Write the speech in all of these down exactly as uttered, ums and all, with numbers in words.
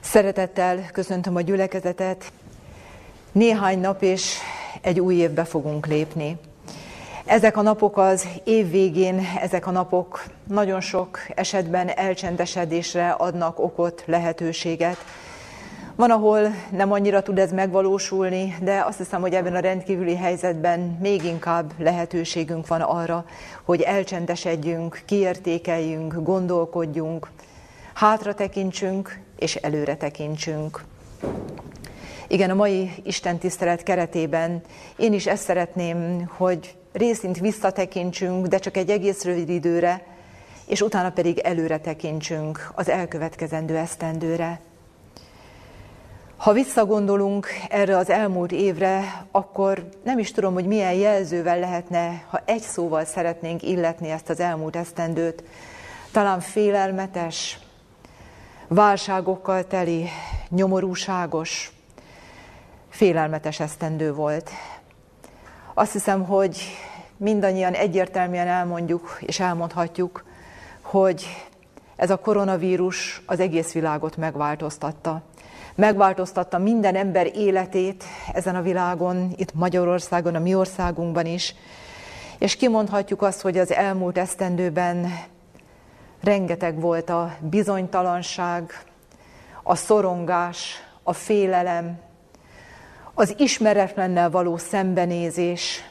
Szeretettel köszöntöm a gyülekezetet. Néhány nap és egy új évbe fogunk lépni. Ezek a napok az év végén, ezek a napok nagyon sok esetben elcsendesedésre adnak okot, lehetőséget. Van, ahol nem annyira tud ez megvalósulni, de azt hiszem, hogy ebben a rendkívüli helyzetben még inkább lehetőségünk van arra, hogy elcsendesedjünk, kiértékeljünk, gondolkodjunk, hátra tekintsünk és előre tekintsünk. Igen, a mai Isten tisztelet keretében én is ezt szeretném, hogy részint visszatekintsünk, de csak egy egész rövid időre, és utána pedig előre tekintsünk az elkövetkezendő esztendőre. Ha visszagondolunk erre az elmúlt évre, akkor nem is tudom, hogy milyen jelzővel lehetne, ha egy szóval szeretnénk illetni ezt az elmúlt esztendőt. Talán félelmetes, válságokkal teli, nyomorúságos, félelmetes esztendő volt. Azt hiszem, hogy mindannyian egyértelműen elmondjuk és elmondhatjuk, hogy ez a koronavírus az egész világot megváltoztatta. Megváltoztatta minden ember életét ezen a világon, itt Magyarországon, a mi országunkban is, és kimondhatjuk azt, hogy az elmúlt esztendőben rengeteg volt a bizonytalanság, a szorongás, a félelem, az ismeretlennel való szembenézés.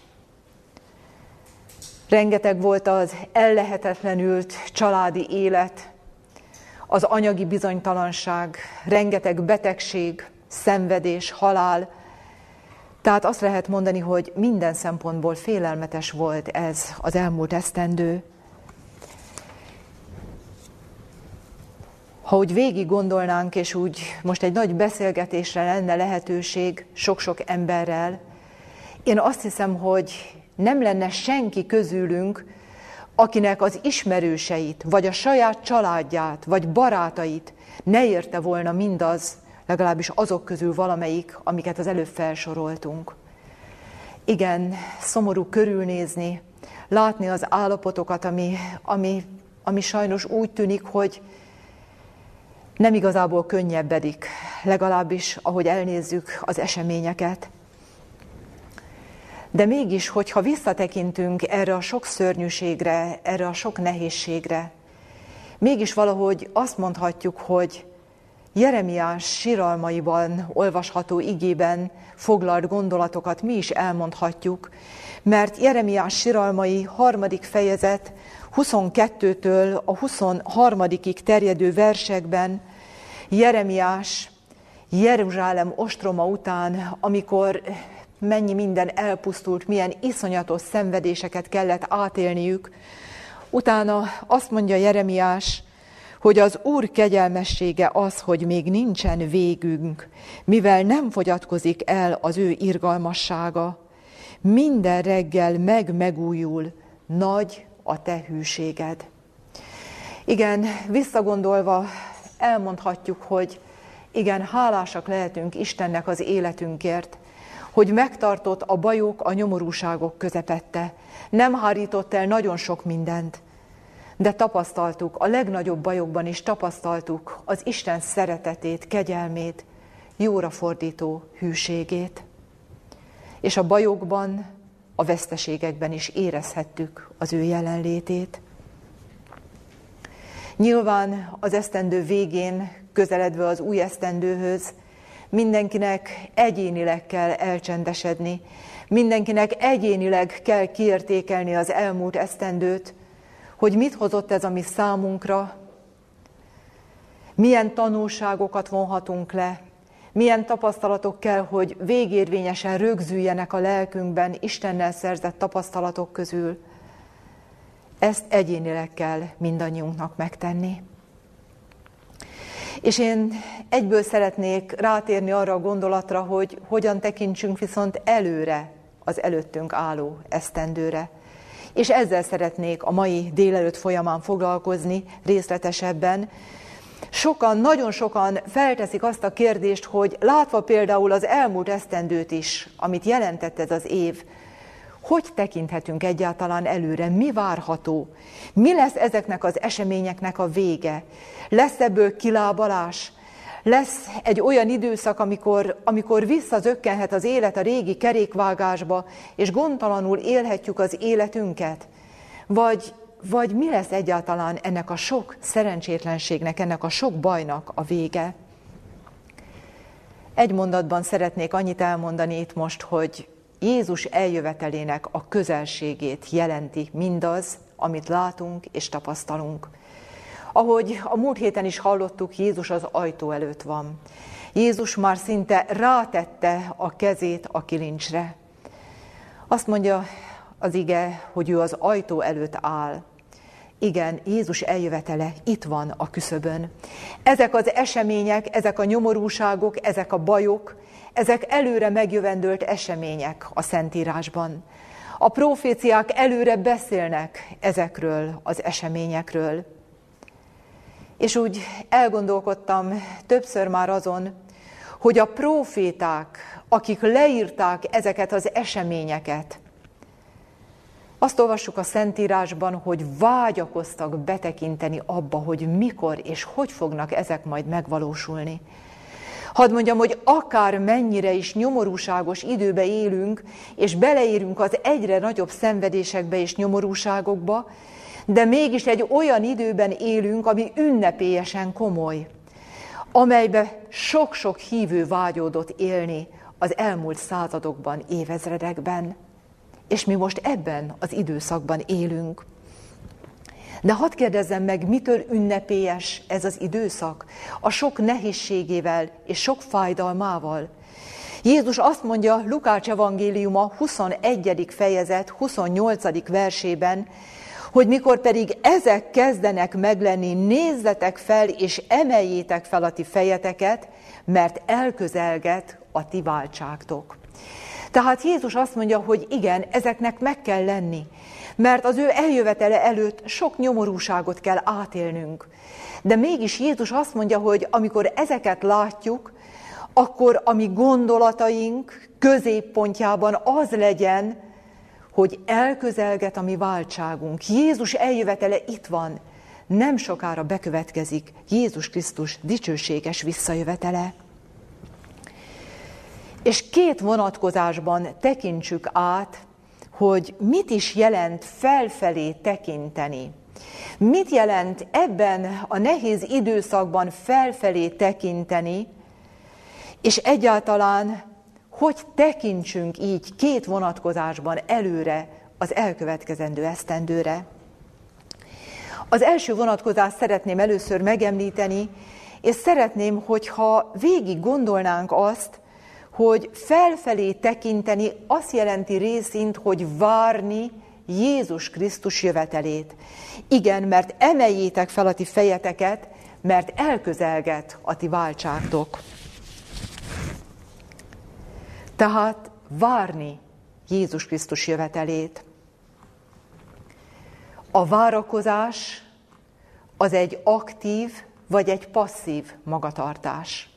Rengeteg volt az ellehetetlenült családi élet, az anyagi bizonytalanság, rengeteg betegség, szenvedés, halál. Tehát azt lehet mondani, hogy minden szempontból félelmetes volt ez az elmúlt esztendő. Ha úgy végig gondolnánk, és úgy most egy nagy beszélgetésre lenne lehetőség sok-sok emberrel, én azt hiszem, hogy nem lenne senki közülünk, akinek az ismerőseit, vagy a saját családját, vagy barátait ne érte volna mindaz, legalábbis azok közül valamelyik, amiket az előbb felsoroltunk. Igen, szomorú körülnézni, látni az állapotokat, ami, ami, ami sajnos úgy tűnik, hogy nem igazából könnyebbedik, legalábbis ahogy elnézzük az eseményeket. De mégis, hogyha visszatekintünk erre a sok szörnyűségre, erre a sok nehézségre, mégis valahogy azt mondhatjuk, hogy Jeremiás síralmaiban olvasható igében foglalt gondolatokat mi is elmondhatjuk, mert Jeremiás síralmai harmadik fejezet huszonkettőtől a huszonharmadikig terjedő versekben Jeremiás Jeruzsálem ostroma után, amikor mennyi minden elpusztult, milyen iszonyatos szenvedéseket kellett átélniük, utána azt mondja Jeremiás, hogy az Úr kegyelmessége az, hogy még nincsen végünk, mivel nem fogyatkozik el az ő irgalmassága. Minden reggel meg-megújul, nagy a te hűséged. Igen, visszagondolva elmondhatjuk, hogy igen, hálásak lehetünk Istennek az életünkért, hogy megtartott a bajok, a nyomorúságok közepette. Nem hárított el nagyon sok mindent, de tapasztaltuk, a legnagyobb bajokban is tapasztaltuk az Isten szeretetét, kegyelmét, jóra fordító hűségét. És a bajokban, a veszteségekben is érezhettük az ő jelenlétét. Nyilván az esztendő végén, közeledve az új esztendőhöz, mindenkinek egyénileg kell elcsendesedni, mindenkinek egyénileg kell kiértékelni az elmúlt esztendőt, hogy mit hozott ez a mi számunkra, milyen tanulságokat vonhatunk le, milyen tapasztalatok kell, hogy végérvényesen rögzüljenek a lelkünkben Istennel szerzett tapasztalatok közül. Ezt egyénileg kell mindannyiunknak megtenni. És én egyből szeretnék rátérni arra a gondolatra, hogy hogyan tekintsünk viszont előre az előttünk álló esztendőre. És ezzel szeretnék a mai délelőtt folyamán foglalkozni részletesebben. Sokan, nagyon sokan felteszik azt a kérdést, hogy látva például az elmúlt esztendőt is, amit jelentett ez az év, hogy tekinthetünk egyáltalán előre, mi várható, mi lesz ezeknek az eseményeknek a vége, lesz ebből kilábalás, Lesz egy olyan időszak, amikor, amikor visszazökkenhet az élet a régi kerékvágásba, és gondtalanul élhetjük az életünket? Vagy, vagy mi lesz egyáltalán ennek a sok szerencsétlenségnek, ennek a sok bajnak a vége? Egy mondatban szeretnék annyit elmondani itt most, hogy Jézus eljövetelének a közelségét jelenti mindaz, amit látunk és tapasztalunk. Ahogy a múlt héten is hallottuk, Jézus az ajtó előtt van. Jézus már szinte rátette a kezét a kilincsre. Azt mondja az ige, hogy ő az ajtó előtt áll. Igen, Jézus eljövetele itt van a küszöbön. Ezek az események, ezek a nyomorúságok, ezek a bajok, ezek előre megjövendölt események a Szentírásban. A proféciák előre beszélnek ezekről az eseményekről. És úgy elgondolkodtam többször már azon, hogy a próféták, akik leírták ezeket az eseményeket, azt olvassuk a Szentírásban, hogy vágyakoztak betekinteni abba, hogy mikor és hogy fognak ezek majd megvalósulni. Hadd mondjam, hogy akár mennyire is nyomorúságos időbe élünk, és beleérünk az egyre nagyobb szenvedésekbe és nyomorúságokba, de mégis egy olyan időben élünk, ami ünnepélyesen komoly, amelybe sok-sok hívő vágyódott élni az elmúlt századokban, évezredekben. És mi most ebben az időszakban élünk. De hadd kérdezzem meg, mitől ünnepélyes ez az időszak? A sok nehézségével és sok fájdalmával. Jézus azt mondja Lukács evangéliuma huszonegyedik fejezet huszonnyolcadik versében, hogy mikor pedig ezek kezdenek meglenni, nézzetek fel és emeljétek fel a ti fejeteket, mert elközelget a ti váltságtok. Tehát Jézus azt mondja, hogy igen, ezeknek meg kell lenni, mert az ő eljövetele előtt sok nyomorúságot kell átélnünk. De mégis Jézus azt mondja, hogy amikor ezeket látjuk, akkor a mi gondolataink középpontjában az legyen, hogy elközelget a mi váltságunk. Jézus eljövetele itt van, nem sokára bekövetkezik Jézus Krisztus dicsőséges visszajövetele. És két vonatkozásban tekintsük át, hogy mit is jelent felfelé tekinteni. Mit jelent ebben a nehéz időszakban felfelé tekinteni, és egyáltalán hogy tekintsünk így két vonatkozásban előre az elkövetkezendő esztendőre. Az első vonatkozást szeretném először megemlíteni, és szeretném, hogyha végig gondolnánk azt, hogy felfelé tekinteni azt jelenti részint, hogy várni Jézus Krisztus jövetelét. Igen, mert emeljétek fel a ti fejeteket, mert elközelget a ti váltságtok. Tehát várni Jézus Krisztus jövetelét. A várakozás az egy aktív vagy egy passzív magatartás.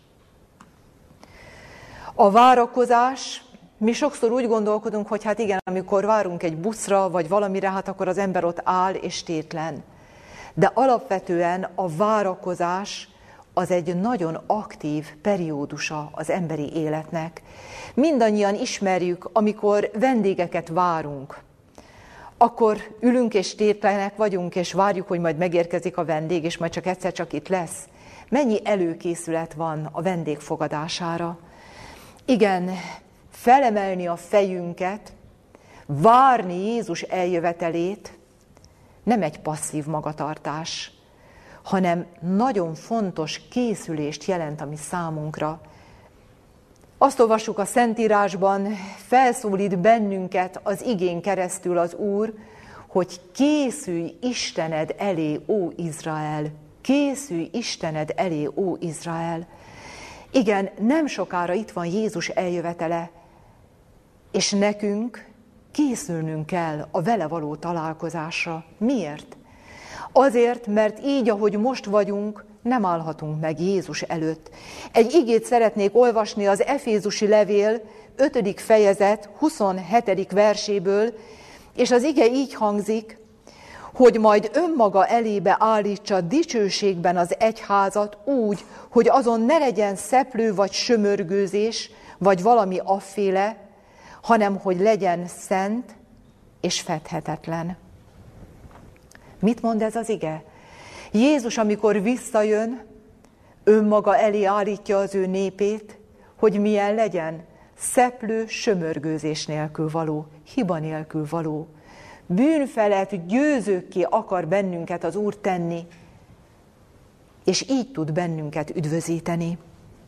A várakozás, mi sokszor úgy gondolkodunk, hogy hát igen, amikor várunk egy buszra vagy valamire, hát akkor az ember ott áll és tétlen. De alapvetően a várakozás az egy nagyon aktív periódusa az emberi életnek. Mindannyian ismerjük, amikor vendégeket várunk. Akkor ülünk és tétlenek vagyunk, és várjuk, hogy majd megérkezik a vendég, és majd csak egyszer csak itt lesz. Mennyi előkészület van a vendég fogadására? Igen, felemelni a fejünket, várni Jézus eljövetelét nem egy passzív magatartás, hanem nagyon fontos készülést jelent a mi számunkra. Azt olvassuk a Szentírásban, felszólít bennünket az igén keresztül az Úr, hogy készülj Istened elé, ó Izrael! Készülj Istened elé, ó Izrael! Igen, nem sokára itt van Jézus eljövetele, és nekünk készülnünk kell a vele való találkozásra. Miért? Azért, mert így, ahogy most vagyunk, nem állhatunk meg Jézus előtt. Egy igét szeretnék olvasni az Efézusi levél ötödik fejezet huszonhetedik verséből, és az ige így hangzik, hogy majd önmaga elébe állítsa dicsőségben az egyházat úgy, hogy azon ne legyen szeplő vagy sömörgőzés, vagy valami afféle, hanem hogy legyen szent és fedhetetlen. Mit mond ez az ige? Jézus, amikor visszajön, önmaga elé állítja az ő népét, hogy milyen legyen, szeplő, sömörgőzés nélkül való, hiba nélkül való. Bűnfelett győzőkké akar bennünket az Úr tenni, és így tud bennünket üdvözíteni.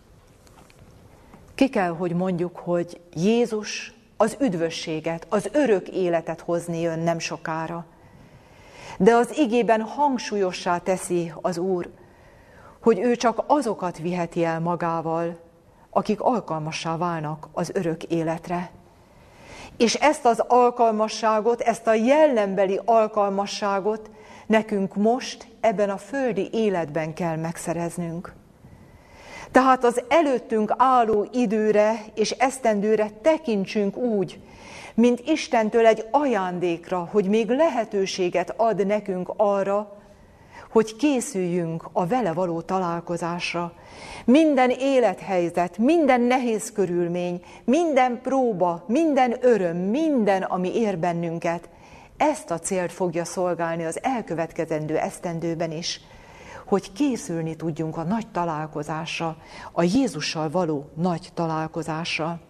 Ki kell, hogy mondjuk, hogy Jézus az üdvösséget, az örök életet hozni jön nem sokára. De az igében hangsúlyossá teszi az Úr, hogy ő csak azokat viheti el magával, akik alkalmassá válnak az örök életre. És ezt az alkalmasságot, ezt a jellembeli alkalmasságot nekünk most ebben a földi életben kell megszereznünk. Tehát az előttünk álló időre és esztendőre tekintsünk úgy, mint Istentől egy ajándékra, hogy még lehetőséget ad nekünk arra, hogy készüljünk a vele való találkozásra. Minden élethelyzet, minden nehéz körülmény, minden próba, minden öröm, minden, ami ér bennünket, ezt a célt fogja szolgálni az elkövetkezendő esztendőben is, hogy készülni tudjunk a nagy találkozásra, a Jézussal való nagy találkozásra.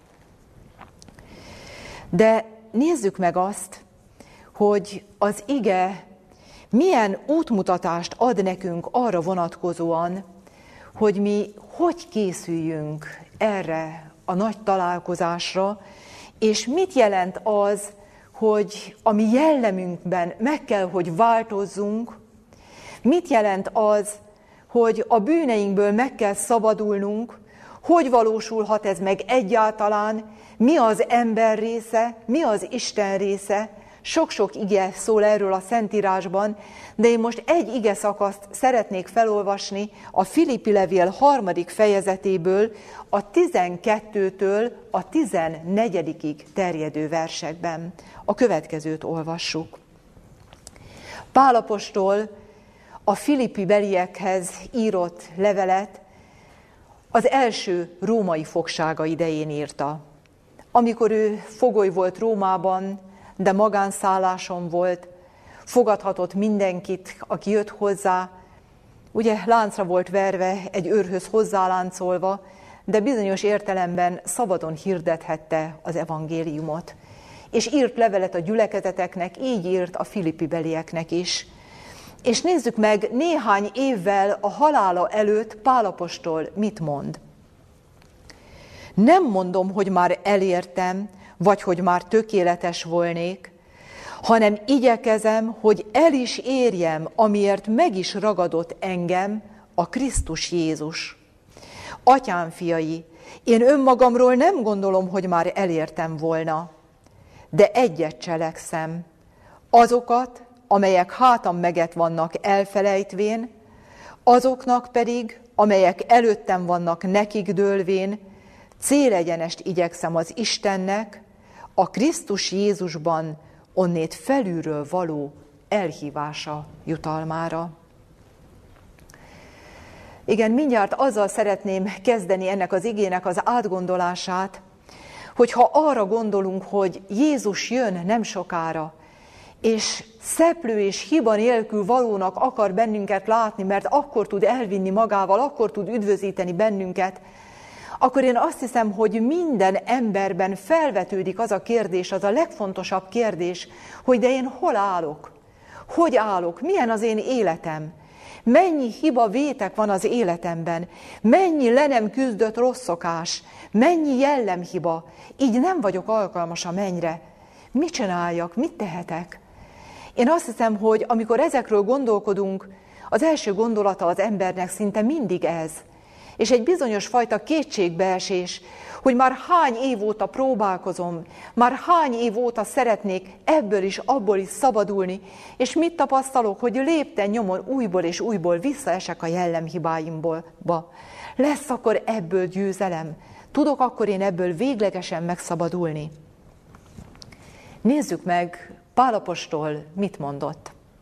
De nézzük meg azt, hogy az ige milyen útmutatást ad nekünk arra vonatkozóan, hogy mi hogy készüljünk erre a nagy találkozásra, és mit jelent az, hogy a mi jellemünkben meg kell, hogy változzunk, mit jelent az, hogy a bűneinkből meg kell szabadulnunk, hogy valósulhat ez meg egyáltalán, mi az ember része, mi az Isten része. Sok-sok ige szól erről a Szentírásban, de én most egy ige szakaszt szeretnék felolvasni a Filippi levél harmadik fejezetéből, a tizenkettőtől a tizennegyedikig terjedő versekben. A következőt olvassuk. Pál apostol a Filippi beliekhez írott levelet az első római fogsága idején írta. Amikor ő fogoly volt Rómában, de magánszálláson volt, fogadhatott mindenkit, aki jött hozzá. Ugye láncra volt verve, egy őrhöz hozzáláncolva, de bizonyos értelemben szabadon hirdethette az evangéliumot. És írt levelet a gyülekezeteknek, így írt a Filippi belieknek is. És nézzük meg néhány évvel a halála előtt Pál apostol mit mond. Nem mondom, hogy már elértem, vagy hogy már tökéletes volnék, hanem igyekezem, hogy el is érjem, amiért meg is ragadott engem a Krisztus Jézus. Atyám fiai, én önmagamról nem gondolom, hogy már elértem volna, de egyet cselekszem, azokat, amelyek hátam meget vannak elfelejtvén, azoknak pedig, amelyek előttem vannak nekik dőlvén, célegyenest igyekszem az Istennek, a Krisztus Jézusban onnét felülről való elhívása jutalmára. Igen, mindjárt azzal szeretném kezdeni ennek az igének az átgondolását, hogyha arra gondolunk, hogy Jézus jön nem sokára, és szeplő és hiba nélkül valónak akar bennünket látni, mert akkor tud elvinni magával, akkor tud üdvözíteni bennünket, akkor én azt hiszem, hogy minden emberben felvetődik az a kérdés, az a legfontosabb kérdés, hogy de én hol állok? Hogy állok? Milyen az én életem? Mennyi hiba vétek van az életemben? Mennyi le nem küzdött rossz szokás? Mennyi jellemhiba? Így nem vagyok alkalmas a mennyre. Mit csináljak? Mit tehetek? Én azt hiszem, hogy amikor ezekről gondolkodunk, az első gondolata az embernek szinte mindig ez. És egy bizonyos fajta kétségbeesés, hogy már hány év óta próbálkozom, már hány év óta szeretnék ebből is, abból is szabadulni, és mit tapasztalok, hogy lépten nyomon újból és újból visszaesek a jellemhibáimból. Lesz akkor ebből győzelem? Tudok akkor én ebből véglegesen megszabadulni? Nézzük meg, Pál apostol mit mondott.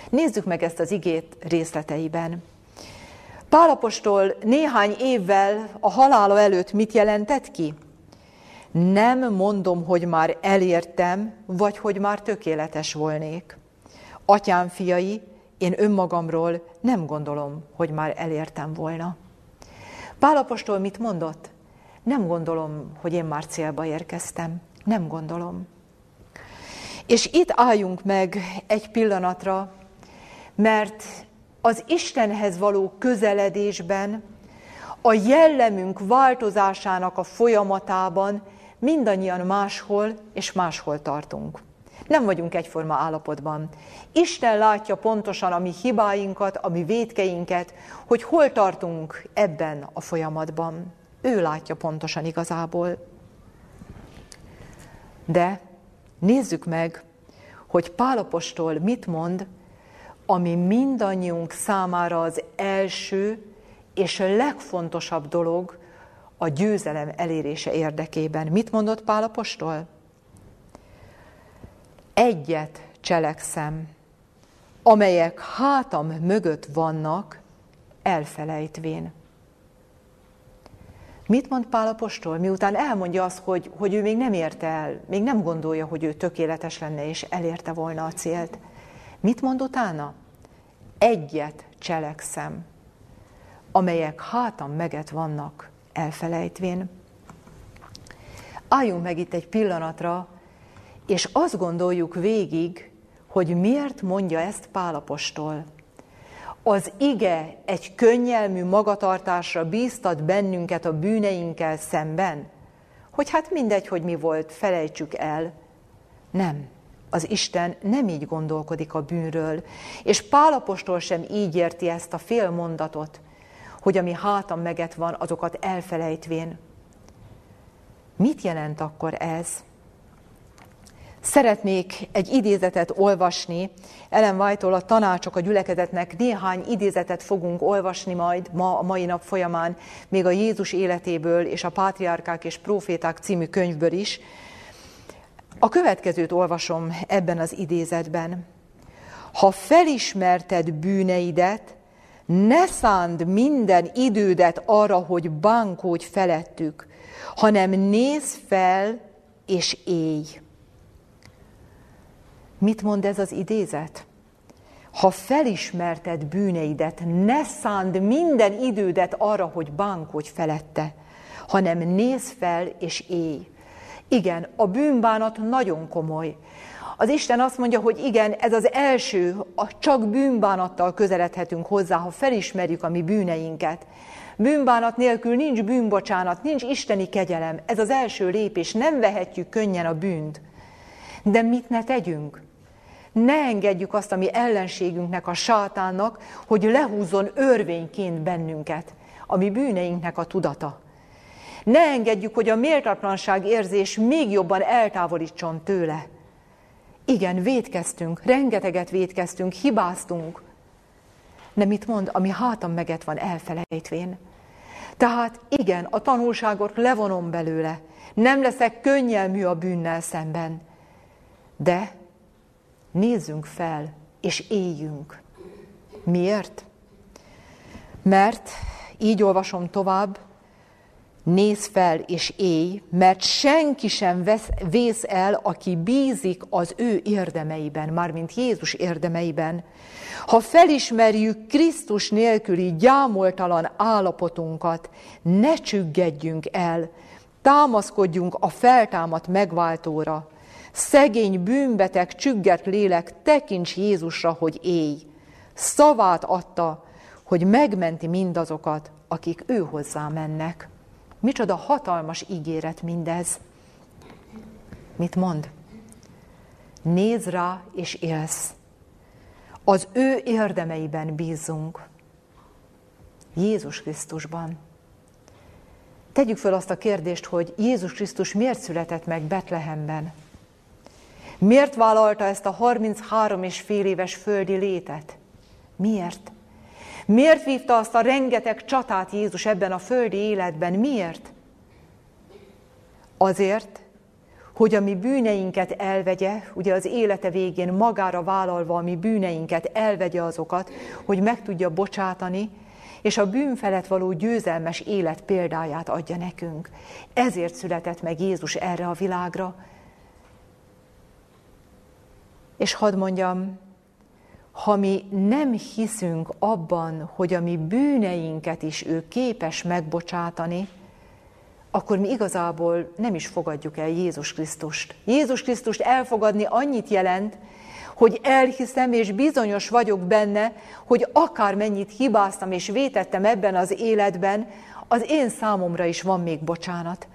Nézzük meg ezt az igét részleteiben. Pál apostol néhány évvel a halála előtt mit jelentett ki? Nem mondom, hogy már elértem, vagy hogy már tökéletes volnék. Atyám fiai, én önmagamról nem gondolom, hogy már elértem volna. Pál apostol mit mondott? Nem gondolom, hogy én már célba érkeztem. Nem gondolom. És itt álljunk meg egy pillanatra, mert az Istenhez való közeledésben, a jellemünk változásának a folyamatában mindannyian máshol és máshol tartunk. Nem vagyunk egyforma állapotban. Isten látja pontosan a mi hibáinkat, a mi vétkeinket, hogy hol tartunk ebben a folyamatban. Ő látja pontosan igazából. De nézzük meg, hogy Pál apostol mit mond, ami mindannyiunk számára az első és a legfontosabb dolog a győzelem elérése érdekében. Mit mondott Pál apostol? Egyet cselekszem, amelyek hátam mögött vannak, elfelejtvén. Mit mond Pál apostol, miután elmondja azt, hogy, hogy ő még nem érte el, még nem gondolja, hogy ő tökéletes lenne és elérte volna a célt? Mit mond utána? Egyet cselekszem, amelyek hátam mögött vannak, elfelejtvén. Álljunk meg itt egy pillanatra, és azt gondoljuk végig, hogy miért mondja ezt Pál apostol. Az ige egy könnyelmű magatartásra bíztat bennünket a bűneinkkel szemben, hogy hát mindegy, hogy mi volt, felejtsük el. Nem, az Isten nem így gondolkodik a bűnről, és Pál apostol sem így érti ezt a fél mondatot, hogy ami hátam mögött van, azokat elfelejtvén. Mit jelent akkor ez? Szeretnék egy idézetet olvasni. Ellen White-tól, a Tanácsok a gyülekezetnek néhány idézetet fogunk olvasni majd ma a mai nap folyamán, még a Jézus életéből és a Pátriárkák és Próféták című könyvből is. A következőt olvasom ebben az idézetben. Ha felismerted bűneidet, ne szánd minden idődet arra, hogy bánkódj felettük, hanem nézz fel és élj. Mit mond ez az idézet? Ha felismerted bűneidet, ne szánd minden idődet arra, hogy bánkódj felette, hanem nézz fel és élj. Igen, a bűnbánat nagyon komoly. Az Isten azt mondja, hogy igen, ez az első, csak bűnbánattal közeledhetünk hozzá, ha felismerjük a mi bűneinket. Bűnbánat nélkül nincs bűnbocsánat, nincs isteni kegyelem. Ez az első lépés, nem vehetjük könnyen a bűnt. De mit ne tegyünk? Ne engedjük azt a mi ellenségünknek, a sátánnak, hogy lehúzzon örvényként bennünket, a mi bűneinknek a tudata. Ne engedjük, hogy a méltatlanság érzés még jobban eltávolítson tőle. Igen, vétkeztünk, rengeteget vétkeztünk, hibáztunk. De mit mond, ami hátam mögött van, elfelejtvén. Tehát igen, a tanulságot levonom belőle. Nem leszek könnyelmű a bűnnel szemben. De nézzünk fel, és éljünk. Miért? Mert, így olvasom tovább, nézz fel és élj, mert senki sem vesz, vész el, aki bízik az ő érdemeiben, mármint Jézus érdemeiben. Ha felismerjük Krisztus nélküli gyámoltalan állapotunkat, ne csüggedjünk el, támaszkodjunk a feltámadt megváltóra. Szegény, bűnbeteg, csüggett lélek, tekints Jézusra, hogy élj. Szavát adta, hogy megmenti mindazokat, akik ő hozzá mennek. Micsoda hatalmas ígéret mindez. Mit mond? Nézz rá és élsz. Az ő érdemeiben bízzunk. Jézus Krisztusban. Tegyük föl azt a kérdést, hogy Jézus Krisztus miért született meg Betlehemben? Miért vállalta ezt a harminchárom és fél éves földi létet? Miért? Miért vívta azt a rengeteg csatát Jézus ebben a földi életben? Miért? Azért, hogy a mi bűneinket elvegye, ugye az élete végén magára vállalva a mi bűneinket elvegye azokat, hogy meg tudja bocsátani, és a bűn felett való győzelmes élet példáját adja nekünk. Ezért született meg Jézus erre a világra. És hadd mondjam, ha mi nem hiszünk abban, hogy a mi bűneinket is ő képes megbocsátani, akkor mi igazából nem is fogadjuk el Jézus Krisztust. Jézus Krisztust elfogadni annyit jelent, hogy elhiszem és bizonyos vagyok benne, hogy akármennyit hibáztam és vétettem ebben az életben, az én számomra is van még bocsánat.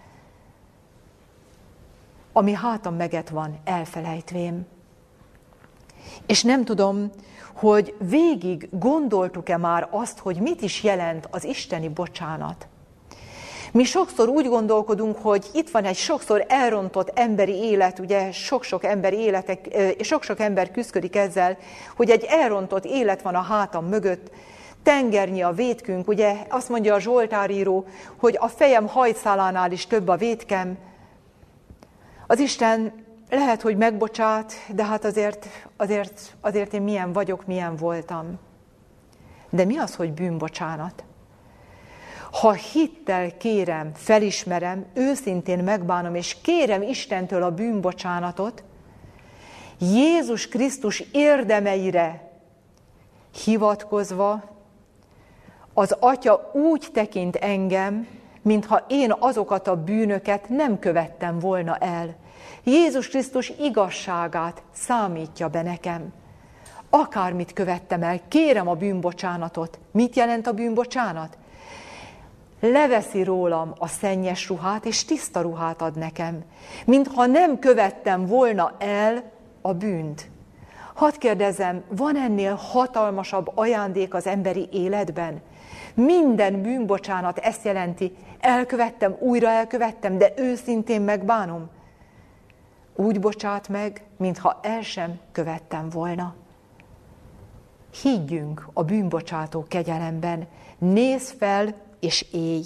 Ami hátam meget van, elfelejtvém. És nem tudom, hogy végig gondoltuk-e már azt, hogy mit is jelent az isteni bocsánat. Mi sokszor úgy gondolkodunk, hogy itt van egy sokszor elrontott emberi élet, ugye sok-sok emberi életek, sok-sok ember küszködik ezzel, hogy egy elrontott élet van a hátam mögött, tengernyi a vétkünk, ugye azt mondja a Zsoltáríró, hogy a fejem hajszálánál is több a vétkem. Az Isten lehet, hogy megbocsát, de hát azért, azért, azért én milyen vagyok, milyen voltam. De mi az, hogy bűnbocsánat? Ha hittel kérem, felismerem, őszintén megbánom, és kérem Istentől a bűnbocsánatot, Jézus Krisztus érdemeire hivatkozva, az Atya úgy tekint engem, mintha én azokat a bűnöket nem követtem volna el. Jézus Krisztus igazságát számítja be nekem. Akármit követtem el, kérem a bűnbocsánatot. Mit jelent a bűnbocsánat? Leveszi rólam a szennyes ruhát, és tiszta ruhát ad nekem, mintha nem követtem volna el a bűnt. Hadd kérdezem, van ennél hatalmasabb ajándék az emberi életben? Minden bűnbocsánat ezt jelenti, elkövettem, újra elkövettem, de őszintén megbánom. Úgy bocsát meg, mintha el sem követtem volna. Higgyünk a bűnbocsátó kegyelemben, nézz fel és élj.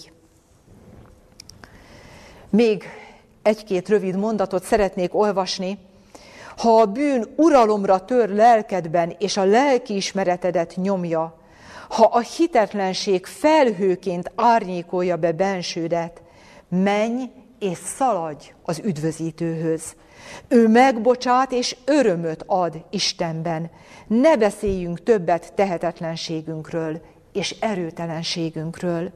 Még egy-két rövid mondatot szeretnék olvasni. Ha a bűn uralomra tör lelkedben, és a lelkiismeretedet nyomja, ha a hitetlenség felhőként árnyékolja be bensődet, menj és szaladj az üdvözítőhöz. Ő megbocsát és örömöt ad Istenben. Ne beszéljünk többet tehetetlenségünkről és erőtelenségünkről.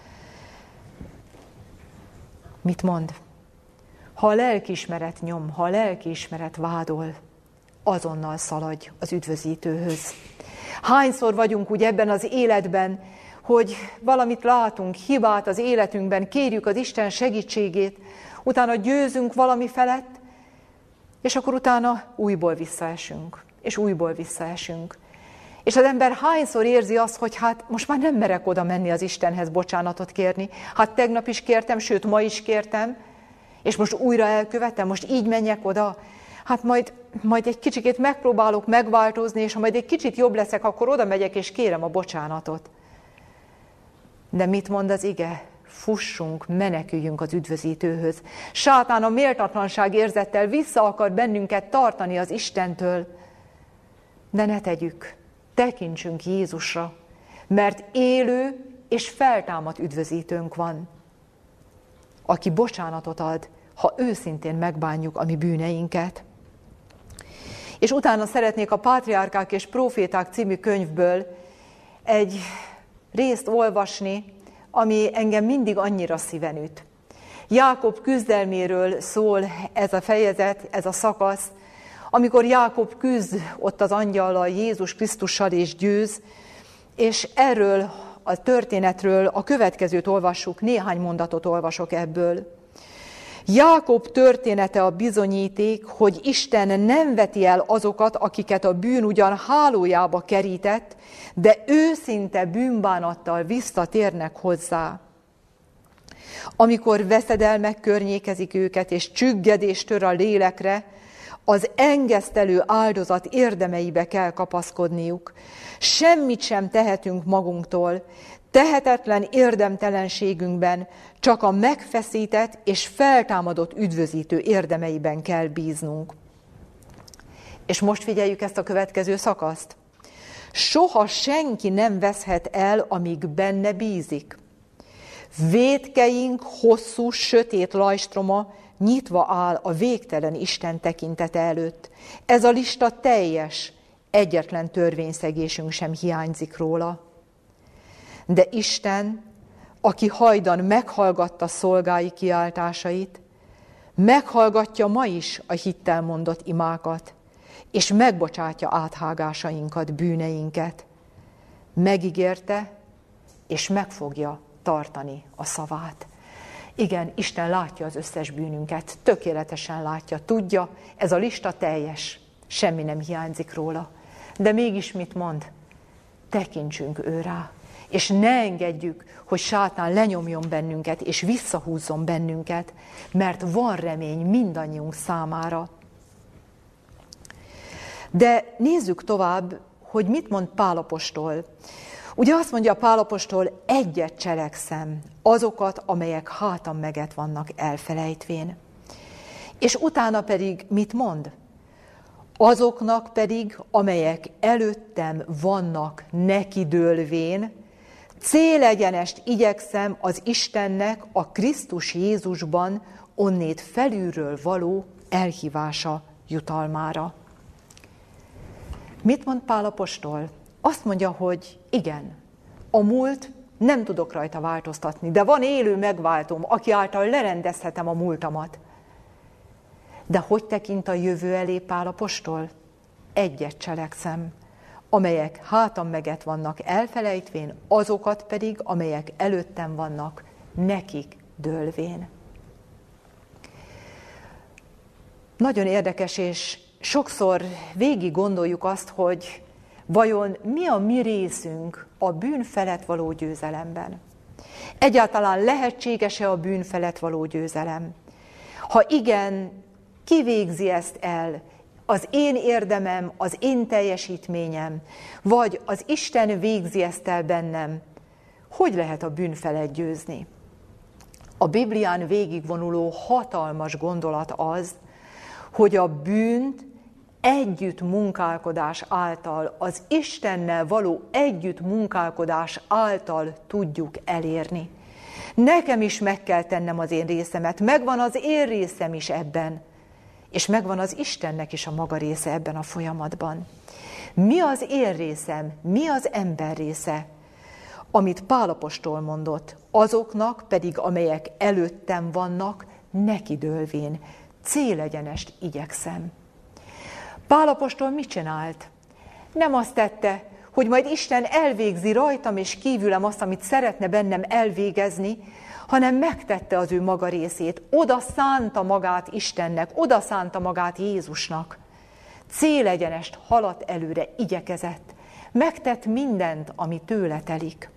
Mit mond? Ha a lelkiismeret nyom, ha a lelkiismeret vádol, azonnal szaladj az üdvözítőhöz. Hányszor vagyunk úgy ebben az életben, hogy valamit látunk, hibát az életünkben, kérjük az Isten segítségét, utána győzünk valami felett, és akkor utána újból visszaesünk, és újból visszaesünk. És az ember hányszor érzi azt, hogy hát most már nem merek oda menni az Istenhez bocsánatot kérni. Hát tegnap is kértem, sőt ma is kértem, és most újra elkövetem, most így menjek oda. Hát majd, majd egy kicsikét megpróbálok megváltozni, és ha majd egy kicsit jobb leszek, akkor oda megyek és kérem a bocsánatot. De mit mond az ige? Fussunk, meneküljünk az üdvözítőhöz. Sátán a méltatlanság érzettel vissza akar bennünket tartani az Istentől. De ne tegyük, tekintsünk Jézusra, mert élő és feltámadt üdvözítőnk van, aki bocsánatot ad, ha őszintén megbánjuk a mi bűneinket. És utána szeretnék a Pátriárkák és Próféták című könyvből egy részt olvasni, ami engem mindig annyira szíven üt. Jákob küzdelméről szól ez a fejezet, ez a szakasz, amikor Jákob küzd ott az angyallal, Jézus Krisztussal és győz, és erről a történetről a következőt olvassuk, néhány mondatot olvasok ebből. Jákob története a bizonyíték, hogy Isten nem veti el azokat, akiket a bűn ugyan hálójába kerített, de őszinte bűnbánattal visszatérnek hozzá. Amikor veszedelmek környékezik őket, és csüggedés tör a lélekre, az engesztelő áldozat érdemeibe kell kapaszkodniuk. Semmit sem tehetünk magunktól, Tehetetlen érdemtelenségünkben csak a megfeszített és feltámadott üdvözítő érdemeiben kell bíznunk. És most figyeljük ezt a következő szakaszt. Soha senki nem veszhet el, amíg benne bízik. Vétkeink hosszú, sötét lajstroma nyitva áll a végtelen Isten tekintete előtt. Ez a lista teljes, egyetlen törvényszegésünk sem hiányzik róla. De Isten, aki hajdan meghallgatta szolgái kiáltásait, meghallgatja ma is a hittel mondott imákat, és megbocsátja áthágásainkat, bűneinket. Megígérte, és meg fogja tartani a szavát. Igen, Isten látja az összes bűnünket, tökéletesen látja, tudja, ez a lista teljes, semmi nem hiányzik róla. De mégis mit mond? Tekintsünk ő rá, és ne engedjük, hogy sátán lenyomjon bennünket, és visszahúzzon bennünket, mert van remény mindannyiunk számára. De nézzük tovább, hogy mit mond Pál apostol. Ugye azt mondja Pál apostol, egyet cselekszem, azokat, amelyek hátam meget vannak elfelejtvén. És utána pedig mit mond? Azoknak pedig, amelyek előttem vannak nekidőlvén, célegyenest igyekszem az Istennek a Krisztus Jézusban onnét felülről való elhívása jutalmára. Mit mond Pál apostol? Azt mondja, hogy igen, a múlt nem tudok rajta változtatni, de van élő megváltóm, aki által lerendezhetem a múltamat. De hogy tekint a jövő elé Pál apostol? Egyet cselekszem, amelyek hátam meget vannak elfelejtvén, azokat pedig, amelyek előttem vannak, nekik dőlvén. Nagyon érdekes, és sokszor végig gondoljuk azt, hogy vajon mi a mi részünk a bűn felett való győzelemben? Egyáltalán lehetséges-e a bűn felett való győzelem? Ha igen, ki végzi ezt el? Az én érdemem, az én teljesítményem, vagy az Isten végzi ezt el bennem? Hogy lehet a bűn felett győzni? A Biblián végigvonuló hatalmas gondolat az, hogy a bűnt együtt munkálkodás által, az Istennel való együtt munkálkodás által tudjuk elérni. Nekem is meg kell tennem az én részemet, megvan az én részem is ebben, és megvan az Istennek is a maga része ebben a folyamatban. Mi az én részem, mi az ember része? Amit Pál apostol mondott, azoknak pedig, amelyek előttem vannak, nekidőlvén, célegyenest igyekszem. Pál apostol mit csinált? Nem azt tette, hogy majd Isten elvégzi rajtam és kívülem azt, amit szeretne bennem elvégezni, hanem megtette az ő maga részét. Oda szánta magát Istennek, oda szánta magát Jézusnak. Célegyenest haladt előre, igyekezett. Megtett mindent, ami tőle telik.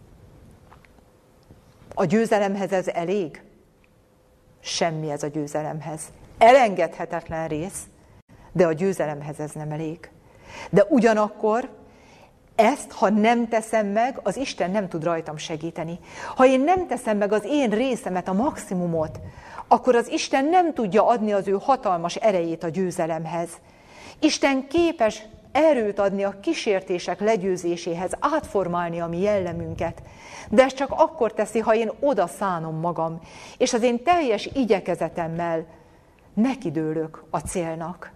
A győzelemhez ez elég? Semmi ez a győzelemhez. Elengedhetetlen rész, de a győzelemhez ez nem elég. De ugyanakkor ezt, ha nem teszem meg, az Isten nem tud rajtam segíteni. Ha én nem teszem meg az én részemet, a maximumot, akkor az Isten nem tudja adni az ő hatalmas erejét a győzelemhez. Isten képes erőt adni a kísértések legyőzéséhez, átformálni a mi jellemünket. De ezt csak akkor teszi, ha én oda szánom magam, és az én teljes igyekezetemmel nekidőlök a célnak.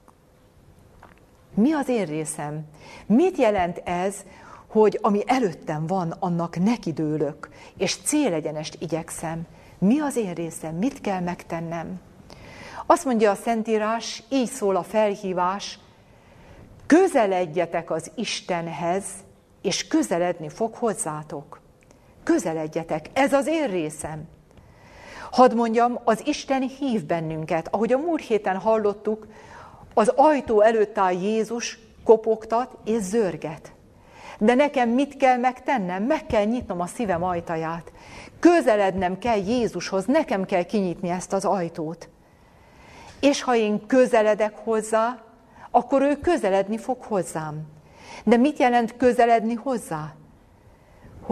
Mi az én részem? Mit jelent ez, hogy ami előttem van, annak nekidőlök, és célegyenest igyekszem? Mi az én részem? Mit kell megtennem? Azt mondja a Szentírás, így szól a felhívás, közeledjetek az Istenhez, és közeledni fog hozzátok. Közeledjetek, ez az én részem. Hadd mondjam, az Isten hív bennünket, ahogy a múlt héten hallottuk, az ajtó előtt áll Jézus, kopogtat és zörget. De nekem mit kell megtennem? Meg kell nyitnom a szívem ajtaját. Közelednem kell Jézushoz, nekem kell kinyitni ezt az ajtót. És ha én közeledek hozzá, akkor ő közeledni fog hozzám. De mit jelent közeledni hozzá? Hogy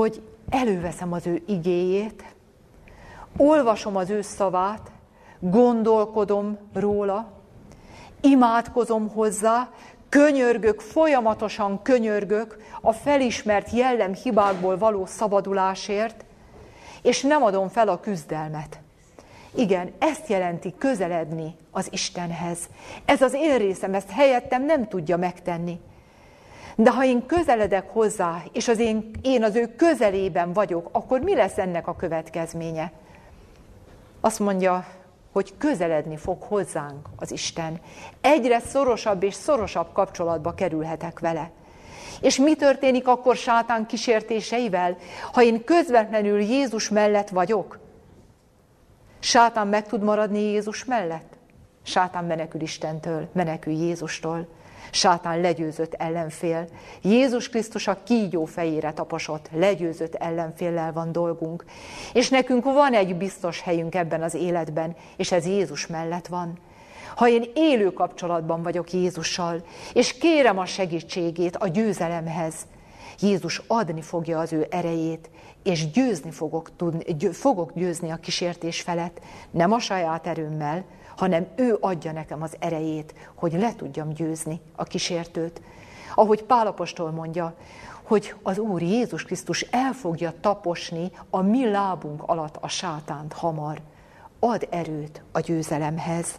előveszem az ő igéjét, olvasom az ő szavát, gondolkodom róla, imádkozom hozzá, könyörgök, folyamatosan könyörgök a felismert jellemhibákból való szabadulásért, és nem adom fel a küzdelmet. Igen, ezt jelenti közeledni az Istenhez. Ez az én részem, ezt helyettem nem tudja megtenni. De ha én közeledek hozzá, és az én, én az ő közelében vagyok, akkor mi lesz ennek a következménye? Azt mondja, hogy közeledni fog hozzánk az Isten. Egyre szorosabb és szorosabb kapcsolatba kerülhetek vele. És mi történik akkor sátán kísértéseivel, ha én közvetlenül Jézus mellett vagyok? Sátán meg tud maradni Jézus mellett? Sátán menekül Istentől, menekül Jézustól. Sátán legyőzött ellenfél. Jézus Krisztus a kígyó fejére taposott, legyőzött ellenféllel van dolgunk. És nekünk van egy biztos helyünk ebben az életben, és ez Jézus mellett van. Ha én élő kapcsolatban vagyok Jézussal, és kérem a segítségét a győzelemhez, Jézus adni fogja az ő erejét, és győzni fogok, tudni, győ, fogok győzni a kísértés felett, nem a saját erőmmel, hanem ő adja nekem az erejét, hogy le tudjam győzni a kísértőt. Ahogy Pál apostol mondja, hogy az Úr Jézus Krisztus el fogja taposni a mi lábunk alatt a sátánt hamar. Ad erőt a győzelemhez.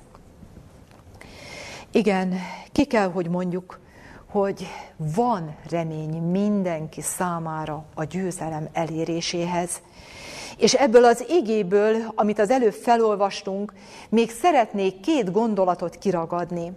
Igen, ki kell, hogy mondjuk, hogy van remény mindenki számára a győzelem eléréséhez. És ebből az igéből, amit az előbb felolvastunk, még szeretnék két gondolatot kiragadni.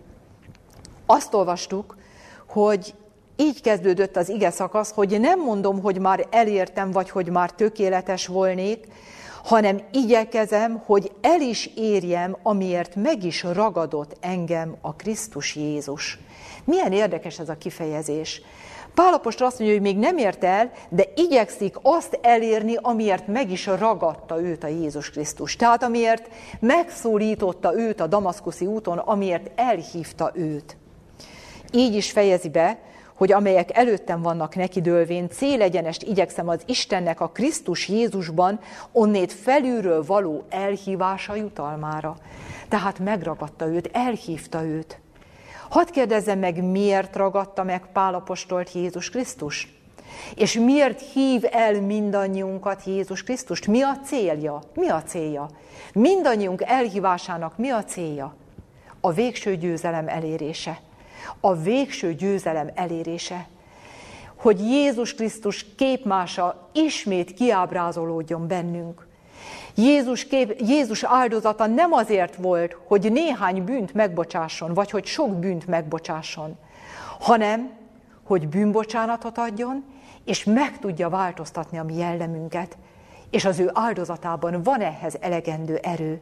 Azt olvastuk, hogy így kezdődött az ige szakasz, hogy nem mondom, hogy már elértem, vagy hogy már tökéletes volnék, hanem igyekezem, hogy el is érjem, amiért meg is ragadott engem a Krisztus Jézus. Milyen érdekes ez a kifejezés. Pál apostol azt mondja, hogy még nem ért el, de igyekszik azt elérni, amiért meg is ragadta őt a Jézus Krisztus. Tehát amiért megszólította őt a damaszkuszi úton, amiért elhívta őt. Így is fejezi be, hogy amelyek előttem vannak nekidőlvén, célegyenest igyekszem az Istennek a Krisztus Jézusban onnét felülről való elhívása jutalmára. Tehát megragadta őt, elhívta őt. Hadd kérdezzem meg, miért ragadta meg Pál apostolt Jézus Krisztus? És miért hív el mindannyiunkat Jézus Krisztust? Mi a célja? Mi a célja? Mindannyiunk elhívásának mi a célja? A végső győzelem elérése. A végső győzelem elérése. Hogy Jézus Krisztus képmása ismét kiábrázolódjon bennünk. Jézus, kép, Jézus áldozata nem azért volt, hogy néhány bűnt megbocsásson, vagy hogy sok bűnt megbocsásson, hanem, hogy bűnbocsánatot adjon, és meg tudja változtatni a mi jellemünket, és az ő áldozatában van ehhez elegendő erő.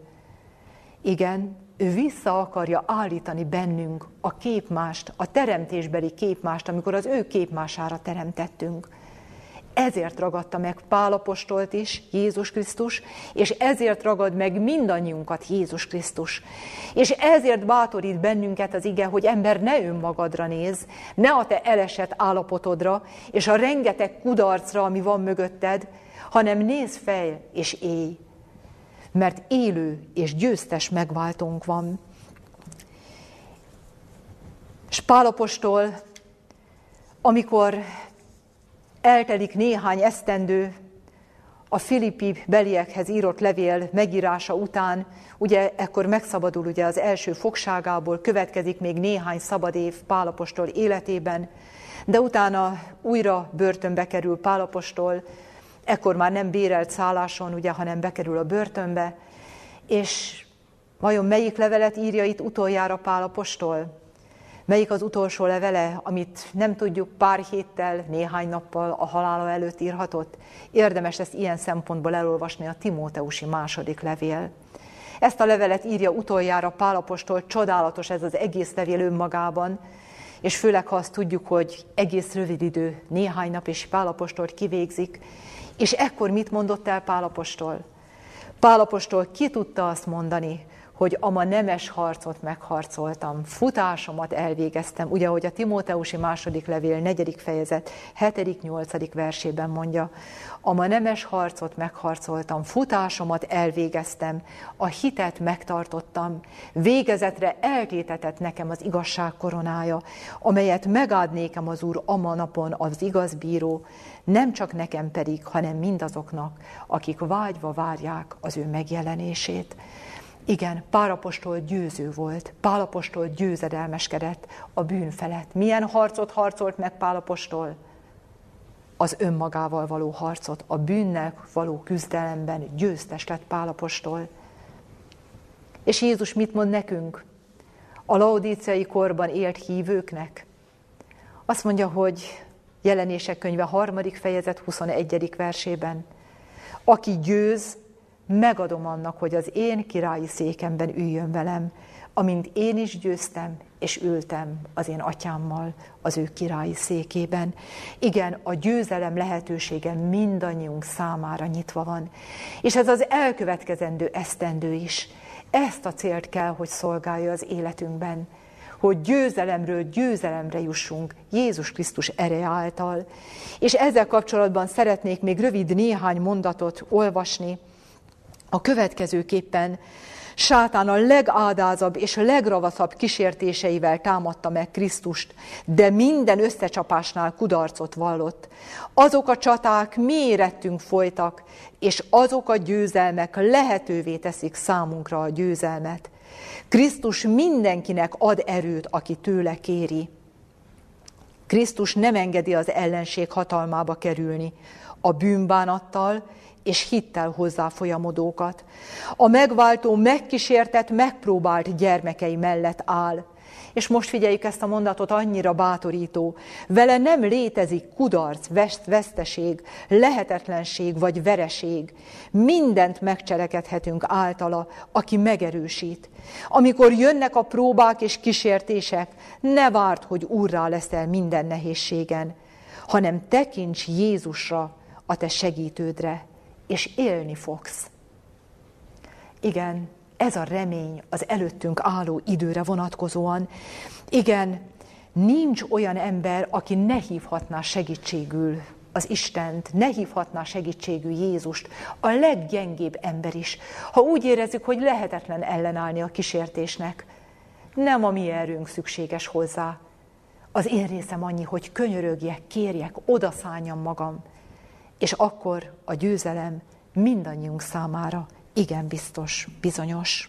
Igen, ő vissza akarja állítani bennünk a képmást, a teremtésbeli képmást, amikor az ő képmására teremtettünk. Ezért ragadta meg Pál apostolt is Jézus Krisztus, és ezért ragad meg mindannyiunkat Jézus Krisztus. És ezért bátorít bennünket az ige, hogy ember, ne önmagadra nézz, ne a te elesett állapotodra, és a rengeteg kudarcra, ami van mögötted, hanem nézz fel és élj. Mert élő és győztes megváltónk van. És Pál apostol, amikor eltelik néhány esztendő a filippi beliekhez írott levél megírása után, ugye ekkor megszabadul ugye az első fogságából, következik még néhány szabad év Pál apostol életében, de utána újra börtönbe kerül Pál apostol, ekkor már nem bérelt szálláson, ugye, hanem bekerül a börtönbe, és vajon melyik levelet írja itt utoljára Pál apostol? Melyik az utolsó levele, amit nem tudjuk, pár héttel, néhány nappal a halála előtt írhatott? Érdemes ezt ilyen szempontból elolvasni, a Timóteusi második levél. Ezt a levelet írja utoljára Pál apostol, csodálatos ez az egész levél önmagában, és főleg, ha azt tudjuk, hogy egész rövid idő, néhány nap, és Pál apostol kivégzik, és ekkor mit mondott el Pál apostol? Pál apostol ki tudta azt mondani, hogy ama nemes harcot megharcoltam, futásomat elvégeztem, ugye, ahogy a Timóteusi második levél negyedik fejezet hetedik nyolcadik versében mondja, ama nemes harcot megharcoltam, futásomat elvégeztem, a hitet megtartottam, végezetre eltétetett nekem az igazság koronája, amelyet megáld nékem az Úr ama napon az igaz bíró, nem csak nekem pedig, hanem mindazoknak, akik vágyva várják az ő megjelenését. Igen, Pál apostol győző volt, Pál apostol győzedelmeskedett a bűn felett. Milyen harcot harcolt meg Pál apostol? Az önmagával való harcot, a bűnnek való küzdelemben győztes lett Pál apostol. És Jézus mit mond nekünk? A laodíceai korban élt hívőknek? Azt mondja, hogy Jelenések könyve harmadik fejezet huszonegyedik versében, aki győz, megadom annak, hogy az én királyi székemben üljön velem, amint én is győztem, és ültem az én atyámmal az ő királyi székében. Igen, a győzelem lehetősége mindannyiunk számára nyitva van. És ez az elkövetkezendő esztendő is. Ezt a célt kell, hogy szolgálja az életünkben, hogy győzelemről győzelemre jussunk Jézus Krisztus ereje által. És ezzel kapcsolatban szeretnék még rövid néhány mondatot olvasni. A következőképpen Sátán a legádázabb és legravaszabb kísértéseivel támadta meg Krisztust, de minden összecsapásnál kudarcot vallott. Azok a csaták mérettünk folytak, és azok a győzelmek lehetővé teszik számunkra a győzelmet. Krisztus mindenkinek ad erőt, aki tőle kéri. Krisztus nem engedi az ellenség hatalmába kerülni, a bűnbánattal és hittel hozzá folyamodókat. A megváltó megkísértett, megpróbált gyermekei mellett áll. És most figyeljük ezt a mondatot, annyira bátorító. Vele nem létezik kudarc, veszteség, lehetetlenség vagy vereség. Mindent megcselekedhetünk általa, aki megerősít. Amikor jönnek a próbák és kísértések, ne várd, hogy úrrá leszel minden nehézségen, hanem tekints Jézusra, a te segítődre, és élni fogsz. Igen, ez a remény az előttünk álló időre vonatkozóan. Igen, nincs olyan ember, aki ne hívhatná segítségül az Istent, ne hívhatná segítségül Jézust, a leggyengébb ember is. Ha úgy érezzük, hogy lehetetlen ellenállni a kísértésnek, nem a mi erőnk szükséges hozzá. Az én részem annyi, hogy könyörögjek, kérjek, odaszálljam magam, és akkor a győzelem mindannyiunk számára igen biztos, bizonyos.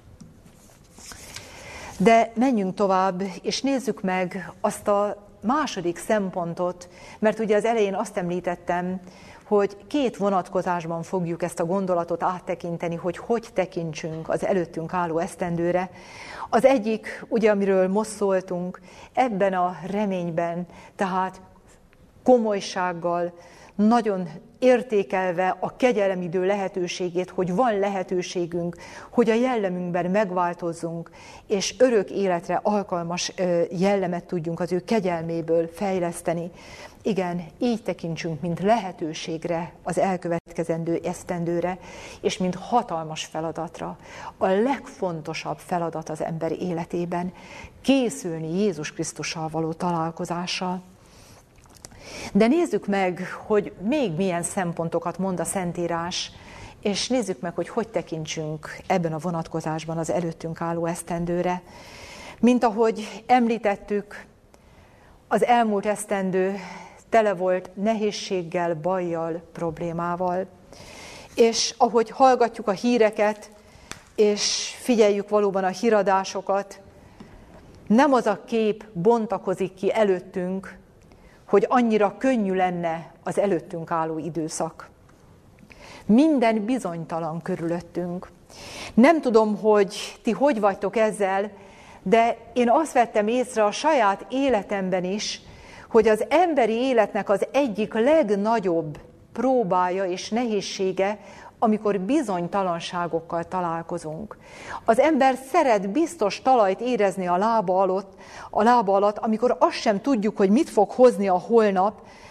De menjünk tovább, és nézzük meg azt a második szempontot, mert ugye az elején azt említettem, hogy két vonatkozásban fogjuk ezt a gondolatot áttekinteni, hogy hogy tekintsünk az előttünk álló esztendőre. Az egyik, ugye amiről most szóltunk, ebben a reményben, tehát komolysággal, nagyon értékelve a kegyelemidő lehetőségét, hogy van lehetőségünk, hogy a jellemünkben megváltozzunk, és örök életre alkalmas jellemet tudjunk az ő kegyelméből fejleszteni. Igen, így tekintsünk, mint lehetőségre az elkövetkezendő esztendőre, és mint hatalmas feladatra. A legfontosabb feladat az ember életében készülni Jézus Krisztussal való találkozással. De nézzük meg, hogy még milyen szempontokat mond a Szentírás, és nézzük meg, hogy hogy tekintsünk ebben a vonatkozásban az előttünk álló esztendőre. Mint ahogy említettük, az elmúlt esztendő tele volt nehézséggel, bajjal, problémával. És ahogy hallgatjuk a híreket, és figyeljük valóban a híradásokat, nem az a kép bontakozik ki előttünk, hogy annyira könnyű lenne az előttünk álló időszak. Minden bizonytalan körülöttünk. Nem tudom, hogy ti hogy vagytok ezzel, de én azt vettem észre a saját életemben is, hogy az emberi életnek az egyik legnagyobb próbája és nehézsége, amikor bizonytalanságokkal találkozunk. Az ember szeret biztos talajt érezni a lába alatt, a lába alatt, amikor azt sem tudjuk, hogy mit fog hozni a holnap,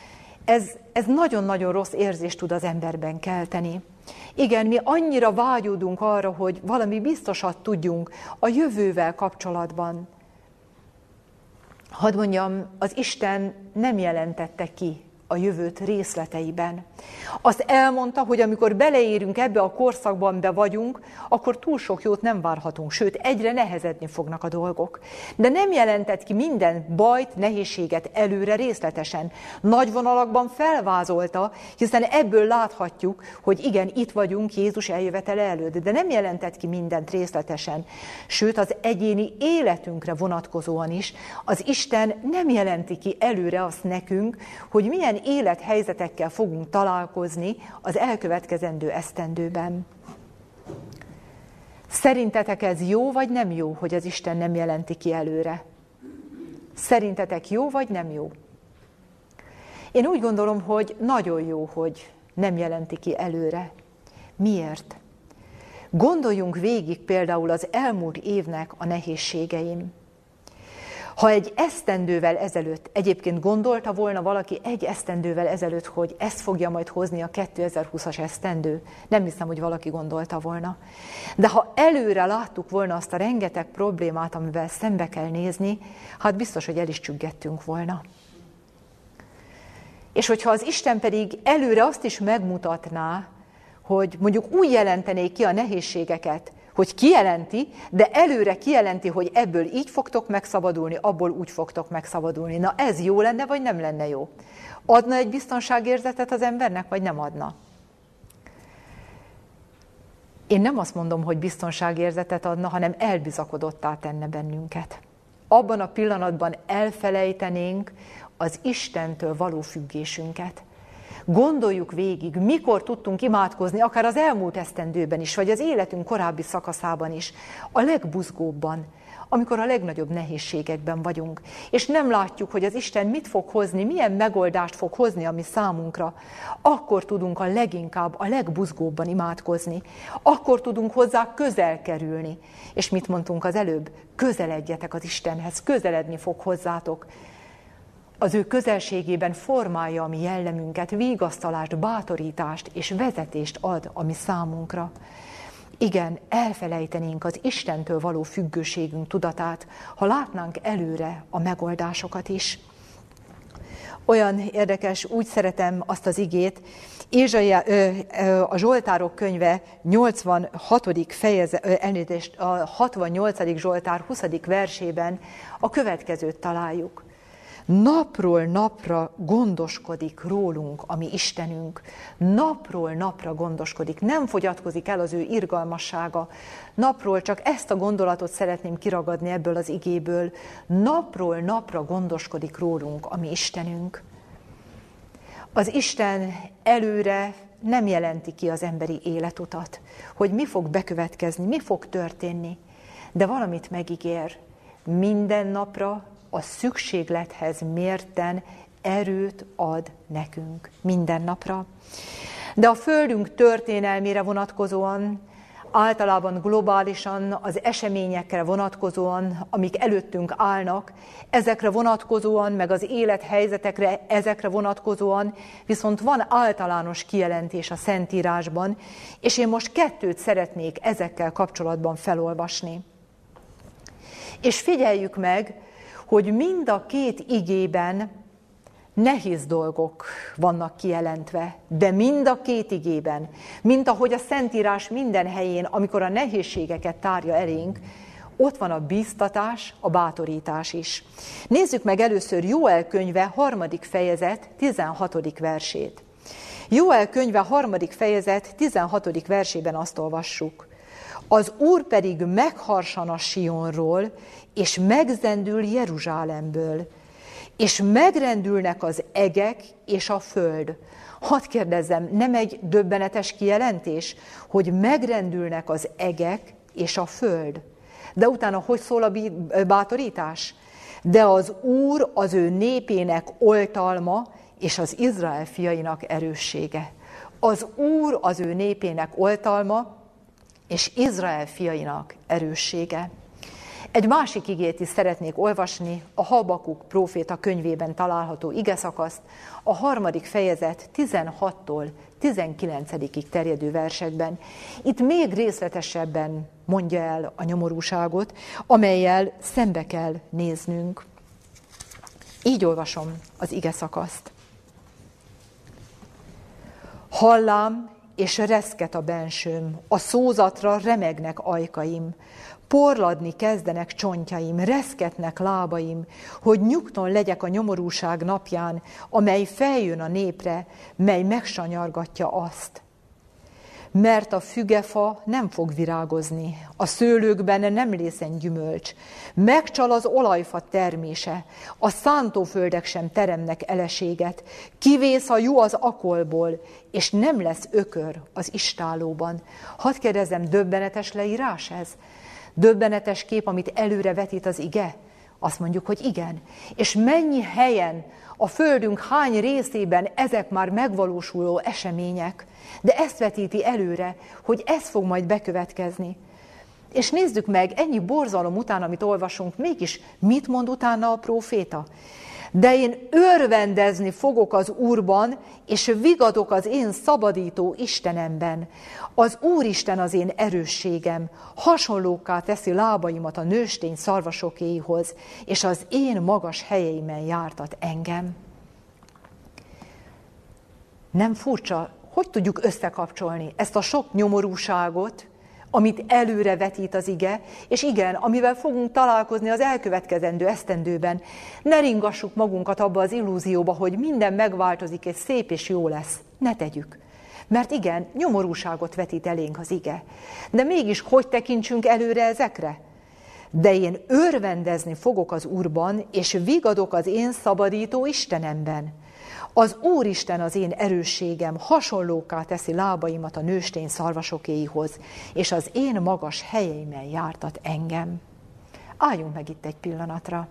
Ez, ez nagyon-nagyon rossz érzést tud az emberben kelteni. Igen, mi annyira vágyódunk arra, hogy valami biztosat tudjunk a jövővel kapcsolatban. Hadd mondjam, az Isten nem jelentette ki a jövőt részleteiben. Azt elmondta, hogy amikor beleérünk ebbe a korszakban, be vagyunk, akkor túl sok jót nem várhatunk, sőt, egyre nehezedni fognak a dolgok. De nem jelentett ki minden bajt, nehézséget előre részletesen. Nagy vonalakban felvázolta, hiszen ebből láthatjuk, hogy igen, itt vagyunk Jézus eljövetele előtt, de nem jelentett ki mindent részletesen. Sőt, az egyéni életünkre vonatkozóan is az Isten nem jelenti ki előre azt nekünk, hogy milyen élethelyzetekkel fogunk találkozni az elkövetkezendő esztendőben. Szerintetek ez jó vagy nem jó, hogy az Isten nem jelenti ki előre? Szerintetek jó vagy nem jó? Én úgy gondolom, hogy nagyon jó, hogy nem jelenti ki előre. Miért? Gondoljunk végig például az elmúlt évnek a nehézségein. Ha egy esztendővel ezelőtt, egyébként gondolta volna valaki egy esztendővel ezelőtt, hogy ezt fogja majd hozni a kétezer-húszas esztendő, nem hiszem, hogy valaki gondolta volna. De ha előre láttuk volna azt a rengeteg problémát, amivel szembe kell nézni, hát biztos, hogy el is csüggettünk volna. És hogyha az Isten pedig előre azt is megmutatná, hogy mondjuk úgy jelentenék ki a nehézségeket, hogy kijelenti, de előre kijelenti, hogy ebből így fogtok megszabadulni, abból úgy fogtok megszabadulni. Na ez jó lenne, vagy nem lenne jó? Adna egy biztonságérzetet az embernek, vagy nem adna? Én nem azt mondom, hogy biztonságérzetet adna, hanem elbizakodottá tenne bennünket. Abban a pillanatban elfelejtenénk az Istentől való függésünket. Gondoljuk végig, mikor tudtunk imádkozni, akár az elmúlt esztendőben is, vagy az életünk korábbi szakaszában is, a legbuzgóbban, amikor a legnagyobb nehézségekben vagyunk, és nem látjuk, hogy az Isten mit fog hozni, milyen megoldást fog hozni a mi számunkra, akkor tudunk a leginkább, a legbuzgóbban imádkozni, akkor tudunk hozzá közel kerülni. És mit mondtunk az előbb? Közeledjetek az Istenhez, közeledni fog hozzátok. Az ő közelségében formálja a mi jellemünket, vigasztalást, bátorítást és vezetést ad a mi számunkra. Igen, elfelejtenénk az Istentől való függőségünk tudatát, ha látnánk előre a megoldásokat is. Olyan érdekes, úgy szeretem azt az igét, Ézsaiá, a Zsoltárok könyve nyolcvanhatodik fejezet, elnézést, a hatvannyolcadik Zsoltár huszadik versében a következőt találjuk. Napról napra gondoskodik rólunk a mi Istenünk. Napról napra gondoskodik. Nem fogyatkozik el az ő irgalmassága. Napról csak ezt a gondolatot szeretném kiragadni ebből az igéből. Napról napra gondoskodik rólunk a mi Istenünk. Az Isten előre nem jelenti ki az emberi életutat, hogy mi fog bekövetkezni, mi fog történni, de valamit megígér. Minden napra a szükséglethez mérten erőt ad nekünk minden napra. De a Földünk történelmére vonatkozóan, általában globálisan az eseményekre vonatkozóan, amik előttünk állnak, ezekre vonatkozóan, meg az élethelyzetekre, ezekre vonatkozóan, viszont van általános kijelentés a Szentírásban, és én most kettőt szeretnék ezekkel kapcsolatban felolvasni. És figyeljük meg, hogy mind a két igében nehéz dolgok vannak kijelentve, de mind a két igében, mint ahogy a Szentírás minden helyén, amikor a nehézségeket tárja elénk, ott van a bíztatás, a bátorítás is. Nézzük meg először Jóel könyve harmadik fejezet tizenhatodik versét. Jóel könyve harmadik fejezet tizenhatodik versében azt olvassuk. Az Úr pedig megharsan a Sionról, és megzendül Jeruzsálemből, és megrendülnek az egek és a föld. Hadd kérdezzem, nem egy döbbenetes kijelentés, hogy megrendülnek az egek és a föld? De utána hogy szól a bátorítás? De az Úr az ő népének oltalma, és az Izrael fiainak erőssége. Az Úr az ő népének oltalma, és Izrael fiainak erőssége. Egy másik igét is szeretnék olvasni, a Habakuk próféta könyvében található igeszakaszt, a harmadik fejezet tizenhattól tizenkilencedikig terjedő versekben. Itt még részletesebben mondja el a nyomorúságot, amellyel szembe kell néznünk. Így olvasom az igeszakaszt. Hallám, és reszket a bensőm, a szózatra remegnek ajkaim, porladni kezdenek csontjaim, reszketnek lábaim, hogy nyugton legyek a nyomorúság napján, amely feljön a népre, mely megsanyargatja azt. Mert a fügefa nem fog virágozni, a szőlőkben nem lészen gyümölcs, megcsal az olajfa termése, a szántóföldek sem teremnek eleséget, kivész a jó az akolból, és nem lesz ökör az istállóban. Hadd kérdezzem, döbbenetes leírás ez? Döbbenetes kép, amit előre vetít az ige? Azt mondjuk, hogy igen. És mennyi helyen, a földünk hány részében ezek már megvalósuló események, de ezt vetíti előre, hogy ez fog majd bekövetkezni. És nézzük meg, ennyi borzalom után, amit olvasunk, mégis mit mond utána a próféta? De én örvendezni fogok az Úrban, és vigadok az én szabadító Istenemben. Az Úristen az én erősségem, hasonlókká teszi lábaimat a nőstény szarvasokéihoz, és az én magas helyeimen jártat engem. Nem furcsa, hogy tudjuk összekapcsolni ezt a sok nyomorúságot, amit előre vetít az ige, és igen, amivel fogunk találkozni az elkövetkezendő esztendőben. Ne ringassuk magunkat abba az illúzióba, hogy minden megváltozik, és szép és jó lesz. Ne tegyük. Mert igen, nyomorúságot vetít elénk az ige. De mégis hogy tekintsünk előre ezekre? De én örvendezni fogok az Úrban, és vigadok az én szabadító Istenemben. Az Úristen az én erősségem, hasonlókká teszi lábaimat a nőstény szarvasokéihoz, és az én magas helyeimen jártat engem. Álljunk meg itt egy pillanatra.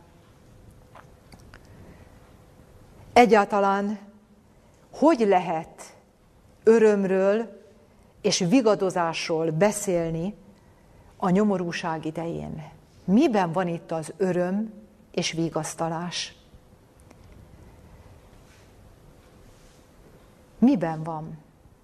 Egyáltalán hogy lehet örömről és vigadozásról beszélni a nyomorúság idején? Miben van itt az öröm és vigasztalás? Miben van?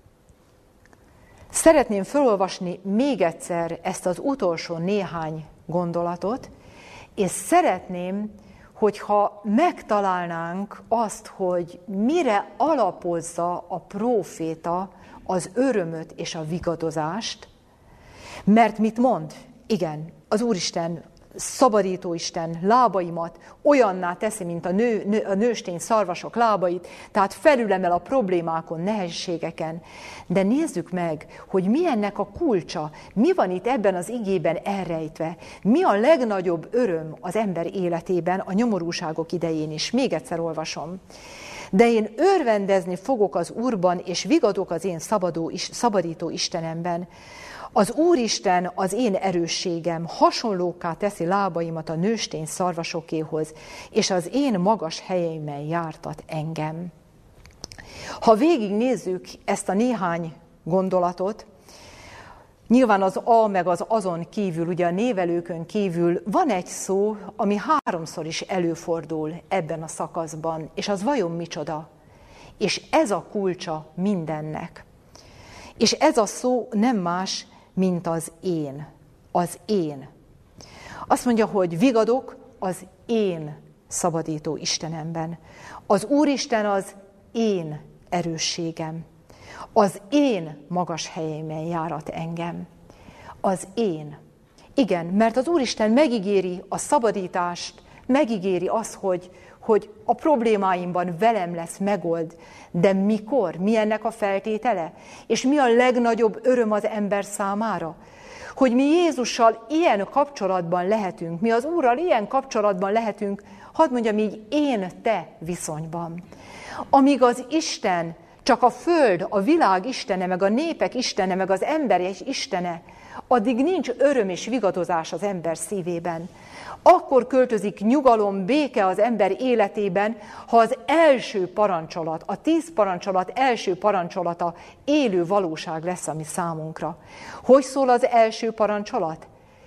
Szeretném felolvasni még egyszer ezt az utolsó néhány gondolatot, és szeretném, hogyha megtalálnánk azt, hogy mire alapozza a próféta az örömöt és a vigadozást, mert mit mond? Igen, az Úristen, szabadító Isten lábaimat olyanná teszi, mint a, nő, nő, a nőstény szarvasok lábait, tehát felülemel a problémákon, nehézségeken. De nézzük meg, hogy mi ennek a kulcsa, mi van itt ebben az igében elrejtve, mi a legnagyobb öröm az ember életében a nyomorúságok idején is. Még egyszer olvasom. De én örvendezni fogok az Úrban, és vigadok az én szabadó, szabadító Istenemben. Az Úristen az én erősségem, hasonlókká teszi lábaimat a nőstény szarvasokéhoz, és az én magas helyeimen jártat engem. Ha végignézzük ezt a néhány gondolatot, nyilván az a meg az azon kívül, ugye a névelőkön kívül van egy szó, ami háromszor is előfordul ebben a szakaszban, és az vajon micsoda? És ez a kulcsa mindennek. És ez a szó nem más, mint az én. Az én. Azt mondja, hogy vigadok az én szabadító Istenemben. Az Úristen az én erősségem. Az én magas helyeimen járat engem. Az én. Igen, mert az Úristen megígéri a szabadítást, megígéri azt, hogy, hogy a problémáimban velem lesz, megold. De mikor? Mi ennek a feltétele? És mi a legnagyobb öröm az ember számára? Hogy mi Jézussal ilyen kapcsolatban lehetünk, mi az Úrral ilyen kapcsolatban lehetünk, hadd mondjam így, én-te viszonyban. Amíg az Isten csak a föld, a világ istene, meg a népek istene, meg az emberek istene, addig nincs öröm és vigadozás az ember szívében. Akkor költözik nyugalom, béke az ember életében, ha az első parancsolat, a tíz parancsolat első parancsolata élő valóság lesz a mi számunkra. Hogy szól az első parancsolat?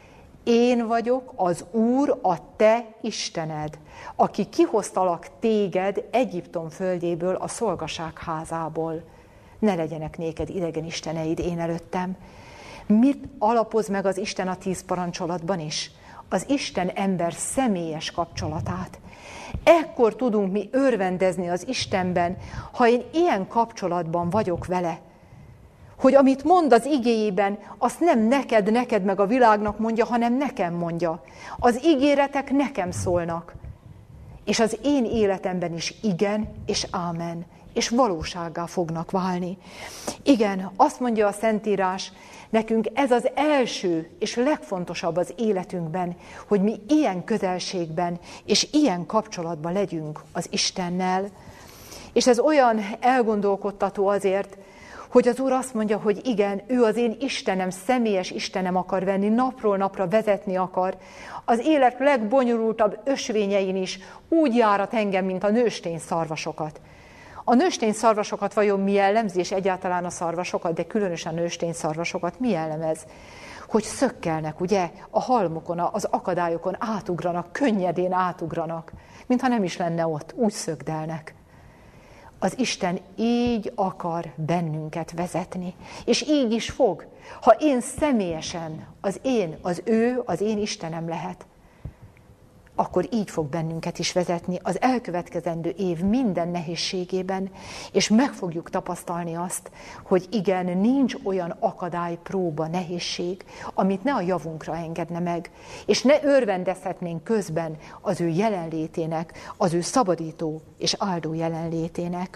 Én vagyok az Úr, a te Istened, aki kihoztalak téged Egyiptom földjéből, a szolgaság házából. Ne legyenek néked idegen isteneid én előttem. Mit alapoz meg az Isten a tíz parancsolatban is? Az Isten-ember személyes kapcsolatát. Ekkor tudunk mi örvendezni az Istenben, ha én ilyen kapcsolatban vagyok vele. Hogy amit mond az igéjében, azt nem neked, neked meg a világnak mondja, hanem nekem mondja. Az ígéretek nekem szólnak. És az én életemben is igen és ámen, és valósággá fognak válni. Igen, azt mondja a Szentírás, nekünk ez az első és legfontosabb az életünkben, hogy mi ilyen közelségben és ilyen kapcsolatban legyünk az Istennel. És ez olyan elgondolkodtató azért, hogy az Úr azt mondja, hogy igen, ő az én Istenem, személyes Istenem akar venni, napról napra vezetni akar. Az élet legbonyolultabb ösvényein is úgy járat engem, mint a nőstény szarvasokat. A nőstény szarvasokat vajon mi jellemzi, és egyáltalán a szarvasokat, de különösen a nőstény szarvasokat mi jellemez? Hogy szökkelnek, ugye, a halmokon, az akadályokon átugranak, könnyedén átugranak, mintha nem is lenne ott, úgy szökdelnek. Az Isten így akar bennünket vezetni, és így is fog. Ha én személyesen, az én, az ő, az én Istenem lehet, akkor így fog bennünket is vezetni az elkövetkezendő év minden nehézségében, és meg fogjuk tapasztalni azt, hogy igen, nincs olyan akadály, próba, nehézség, amit ne a javunkra engedne meg, és ne örvendezhetnénk közben az ő jelenlétének, az ő szabadító és áldó jelenlétének.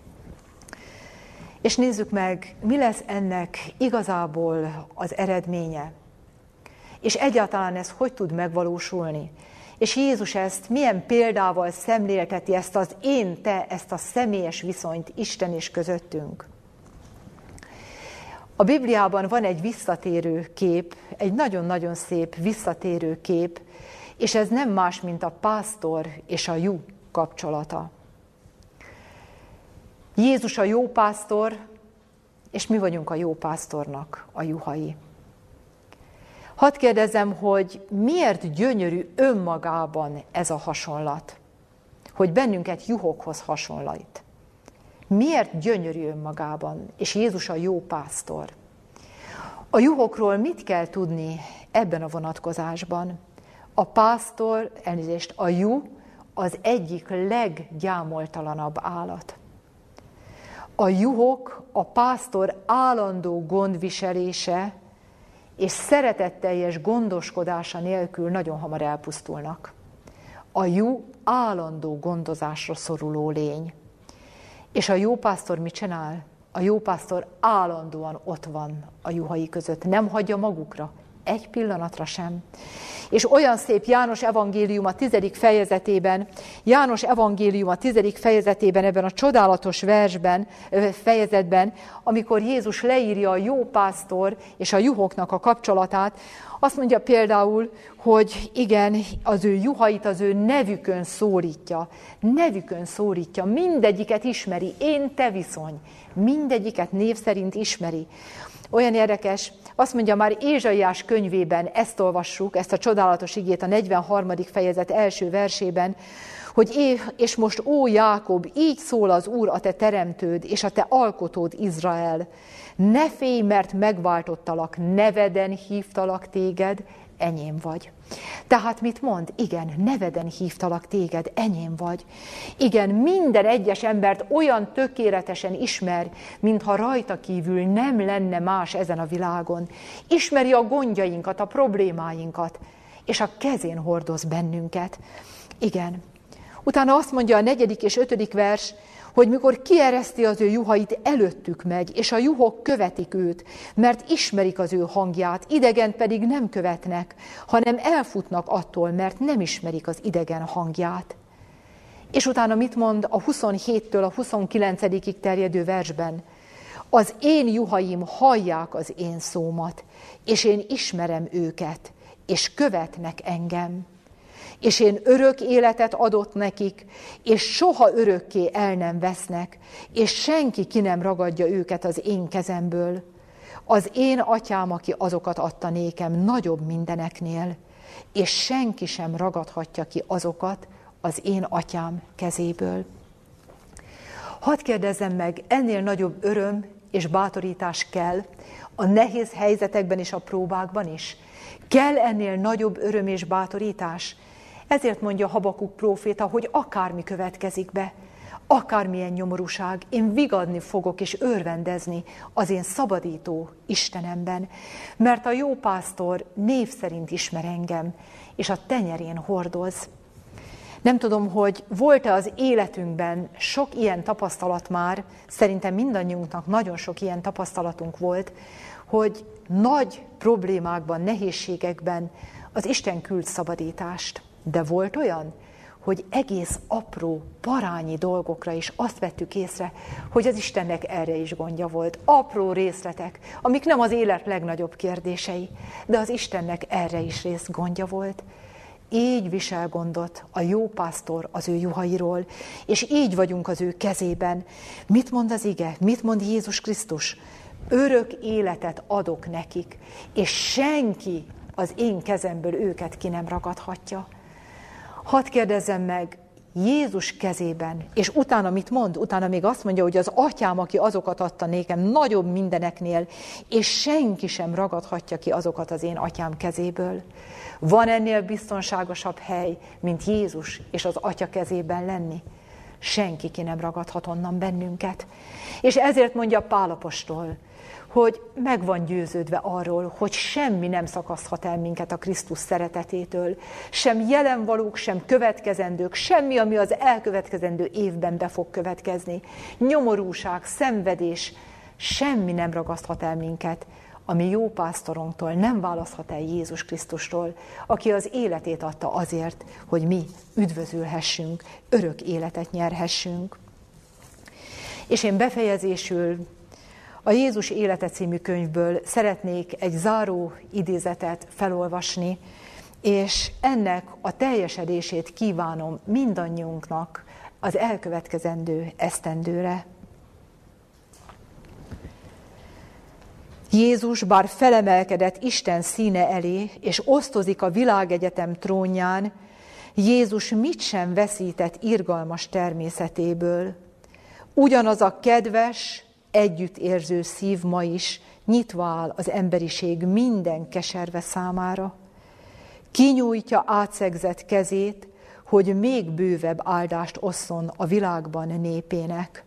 És nézzük meg, mi lesz ennek igazából az eredménye, és egyáltalán ez hogy tud megvalósulni. És Jézus ezt milyen példával szemlélteti, ezt az én-te, ezt a személyes viszonyt Isten és közöttünk. A Bibliában van egy visszatérő kép, egy nagyon-nagyon szép visszatérő kép, és ez nem más, mint a pásztor és a juh kapcsolata. Jézus a jó pásztor, és mi vagyunk a jó pásztornak a juhai. Hadd kérdezzem, hogy miért gyönyörű önmagában ez a hasonlat, hogy bennünket juhokhoz hasonlít. Miért gyönyörű önmagában, és Jézus a jó pásztor? A juhokról mit kell tudni ebben a vonatkozásban? A pásztor, elnézést, a juh az egyik leggyámoltalanabb állat. A juhok, a pásztor állandó gondviselése és szeretetteljes gondoskodása nélkül nagyon hamar elpusztulnak. A juh állandó gondozásra szoruló lény. És a jó pásztor mit csinál? A jó pásztor állandóan ott van a juhai között, nem hagyja magukra, egy pillanatra sem. És olyan szép János evangélium a tizedik fejezetében, János evangélium a tizedik fejezetében, ebben a csodálatos versben, fejezetben, amikor Jézus leírja a jó pásztor és a juhoknak a kapcsolatát, azt mondja például, hogy igen, az ő juhait az ő nevükön szólítja, nevükön szólítja, mindegyiket ismeri, én te viszony, mindegyiket név szerint ismeri. Olyan érdekes, azt mondja már Ézsaiás könyvében, ezt olvassuk, ezt a csodálatos igét a negyvenharmadik fejezet első versében, hogy é, és most ó Jákob, így szól az Úr, a te teremtőd, és a te alkotód Izrael. Ne félj, mert megváltottalak, neveden hívtalak téged, enyém vagy. Tehát mit mond? Igen, neveden hívtalak téged, enyém vagy. Igen, minden egyes embert olyan tökéletesen ismer, mintha rajta kívül nem lenne más ezen a világon. Ismeri a gondjainkat, a problémáinkat, és a kezén hordoz bennünket. Igen. Utána azt mondja a negyedik és ötödik vers, hogy mikor kiereszti az ő juhait, előttük megy, és a juhok követik őt, mert ismerik az ő hangját, idegen pedig nem követnek, hanem elfutnak attól, mert nem ismerik az idegen hangját. És utána mit mond a huszonhéttől a huszonkilencedikig terjedő versben? Az én juhaim hallják az én szómat, és én ismerem őket, és követnek engem. És én örök életet adott nekik, és soha örökké el nem vesznek, és senki ki nem ragadja őket az én kezemből. Az én atyám, aki azokat adta nékem, nagyobb mindeneknél, és senki sem ragadhatja ki azokat az én atyám kezéből. Hadd kérdezzem meg, ennél nagyobb öröm és bátorítás kell a nehéz helyzetekben és a próbákban is? Kell ennél nagyobb öröm és bátorítás? Ezért mondja Habakuk próféta, hogy akármi következik be, akármilyen nyomorúság, én vigadni fogok és örvendezni az én szabadító Istenemben, mert a jó pásztor név szerint ismer engem, és a tenyerén hordoz. Nem tudom, hogy volt-e az életünkben sok ilyen tapasztalat már, szerintem mindannyiunknak nagyon sok ilyen tapasztalatunk volt, hogy nagy problémákban, nehézségekben az Isten küld szabadítást. De volt olyan, hogy egész apró, parányi dolgokra is azt vettük észre, hogy az Istennek erre is gondja volt. Apró részletek, amik nem az élet legnagyobb kérdései, de az Istennek erre is rész gondja volt. Így visel gondot a jó pásztor az ő juhairól, és így vagyunk az ő kezében. Mit mond az ige? Mit mond Jézus Krisztus? Örök életet adok nekik, és senki az én kezemből őket ki nem ragadhatja. Hadd kérdezzem meg, Jézus kezében, és utána mit mond? Utána még azt mondja, hogy az atyám, aki azokat adta nékem, nagyobb mindeneknél, és senki sem ragadhatja ki azokat az én atyám kezéből. Van ennél biztonságosabb hely, mint Jézus és az atya kezében lenni? Senki ki nem ragadhat onnan bennünket. És ezért mondja Pál apostol, hogy meg van győződve arról, hogy semmi nem szakaszthat el minket a Krisztus szeretetétől, sem jelenvalók, sem következendők, semmi, ami az elkövetkezendő évben be fog következni. Nyomorúság, szenvedés, semmi nem ragaszthat el minket, ami jó pásztorunktól nem választhat el Jézus Krisztustól, aki az életét adta azért, hogy mi üdvözülhessünk, örök életet nyerhessünk. És én befejezésül a Jézus élete című könyvből szeretnék egy záró idézetet felolvasni, és ennek a teljesedését kívánom mindannyiunknak az elkövetkezendő esztendőre. Jézus bár felemelkedett Isten színe elé, és osztozik a világegyetem trónján, Jézus mit sem veszített irgalmas természetéből. Ugyanaz a kedves, együttérző szív ma is nyitva áll az emberiség minden keserve számára. Kinyújtja átszegzett kezét, hogy még bővebb áldást osszon a világban népének.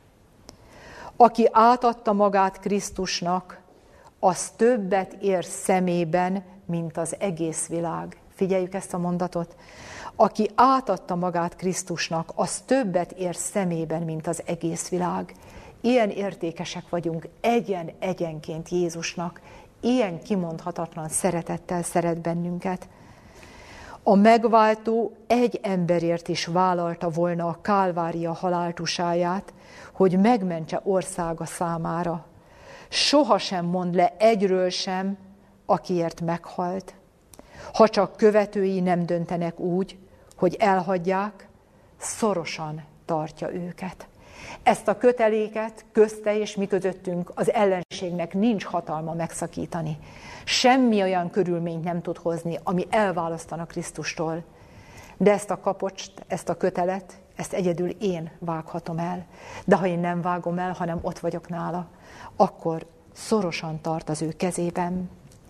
Aki átadta magát Krisztusnak, az többet ér szemében, mint az egész világ. Figyeljük ezt a mondatot. Aki átadta magát Krisztusnak, az többet ér szemében, mint az egész világ. Ilyen értékesek vagyunk egyen-egyenként Jézusnak, ilyen kimondhatatlan szeretettel szeret bennünket. A megváltó egy emberért is vállalta volna a Kálvária haláltusáját, hogy megmentse országa számára. Soha sem mond le egyről sem, akiért meghalt. Ha csak követői nem döntenek úgy, hogy elhagyják, szorosan tartja őket. Ezt a köteléket közte és mi közöttünk az ellenségnek nincs hatalma megszakítani. Semmi olyan körülményt nem tud hozni, ami elválasztana Krisztustól. De ezt a kapocs, ezt a kötelet, ezt egyedül én vághatom el. De ha én nem vágom el, hanem ott vagyok nála, akkor szorosan tart az ő kezében.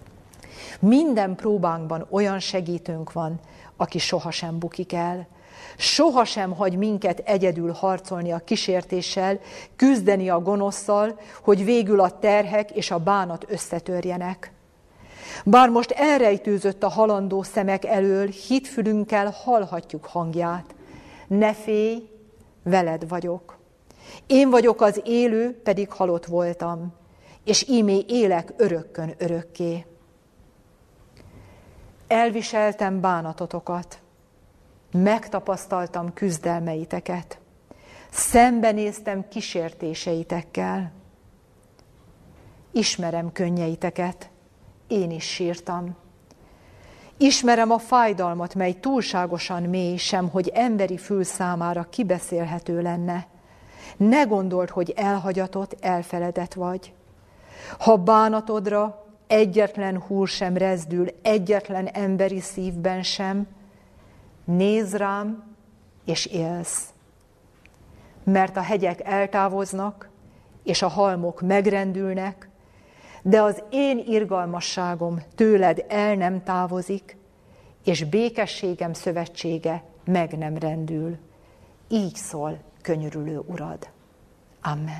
Minden próbánkban olyan segítőnk van, aki sohasem bukik el. Sohasem hagy minket egyedül harcolni a kísértéssel, küzdeni a gonosszal, hogy végül a terhek és a bánat összetörjenek. Bár most elrejtőzött a halandó szemek elől, hitfülünkkel hallhatjuk hangját. Ne félj, veled vagyok. Én vagyok az élő, pedig halott voltam, és ímé élek örökkön örökké. Elviseltem bánatotokat, megtapasztaltam küzdelmeiteket, szembenéztem kísértéseitekkel. Ismerem könnyeiteket, én is sírtam. Ismerem a fájdalmat, mely túlságosan mély, sem, hogy emberi fül számára kibeszélhető lenne. Ne gondold, hogy elhagyatott, elfeledett vagy. Ha bánatodra egyetlen hull sem rezdül, egyetlen emberi szívben sem, nézz rám, és élsz. Mert a hegyek eltávoznak, és a halmok megrendülnek, de az én irgalmasságom tőled el nem távozik, és békességem szövetsége meg nem rendül. Így szól könyörülő Urad. Amen.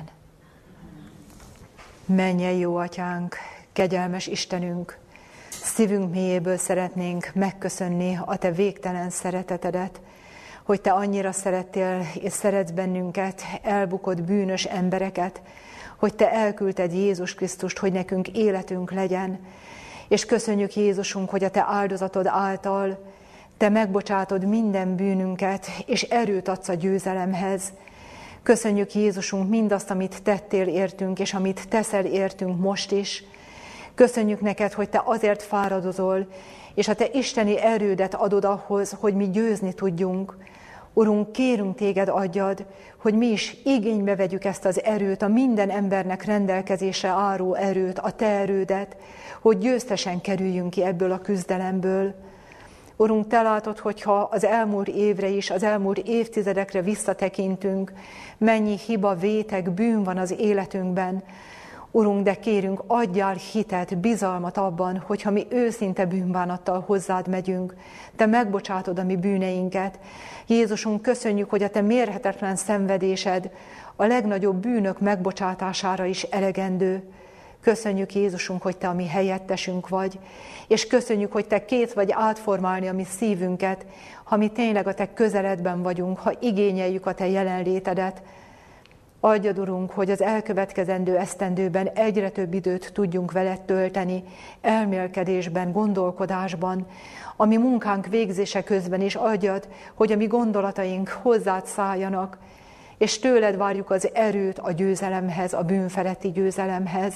Mennyei jó Atyánk, kegyelmes Istenünk, szívünk mélyéből szeretnénk megköszönni a Te végtelen szeretetedet, hogy Te annyira szerettél és szeretsz bennünket, elbukott bűnös embereket, hogy Te elküldted Jézus Krisztust, hogy nekünk életünk legyen. És köszönjük Jézusunk, hogy a Te áldozatod által Te megbocsátod minden bűnünket, és erőt adsz a győzelemhez. Köszönjük Jézusunk mindazt, amit tettél értünk, és amit teszel értünk most is. Köszönjük neked, hogy Te azért fáradozol, és a Te isteni erődet adod ahhoz, hogy mi győzni tudjunk. Urunk, kérünk Téged adjad, hogy mi is igénybe vegyük ezt az erőt, a minden embernek rendelkezésre álló erőt, a Te erődet, hogy győztesen kerüljünk ki ebből a küzdelemből. Urunk, Te látod, hogyha az elmúlt évre is, az elmúlt évtizedekre visszatekintünk, mennyi hiba, vétek, bűn van az életünkben. Urunk, de kérünk, adjál hitet, bizalmat abban, hogyha mi őszinte bűnbánattal hozzád megyünk, Te megbocsátod a mi bűneinket. Jézusunk, köszönjük, hogy a Te mérhetetlen szenvedésed a legnagyobb bűnök megbocsátására is elegendő. Köszönjük Jézusunk, hogy Te a mi helyettesünk vagy, és köszönjük, hogy Te kész vagy átformálni a mi szívünket, ha mi tényleg a Te közeledben vagyunk, ha igényeljük a Te jelenlétedet. Adjad, Urunk, hogy az elkövetkezendő esztendőben egyre több időt tudjunk veled tölteni, elmélkedésben, gondolkodásban, a mi munkánk végzése közben is adjad, hogy a mi gondolataink hozzád szálljanak, és tőled várjuk az erőt a győzelemhez, a bűnfeletti győzelemhez.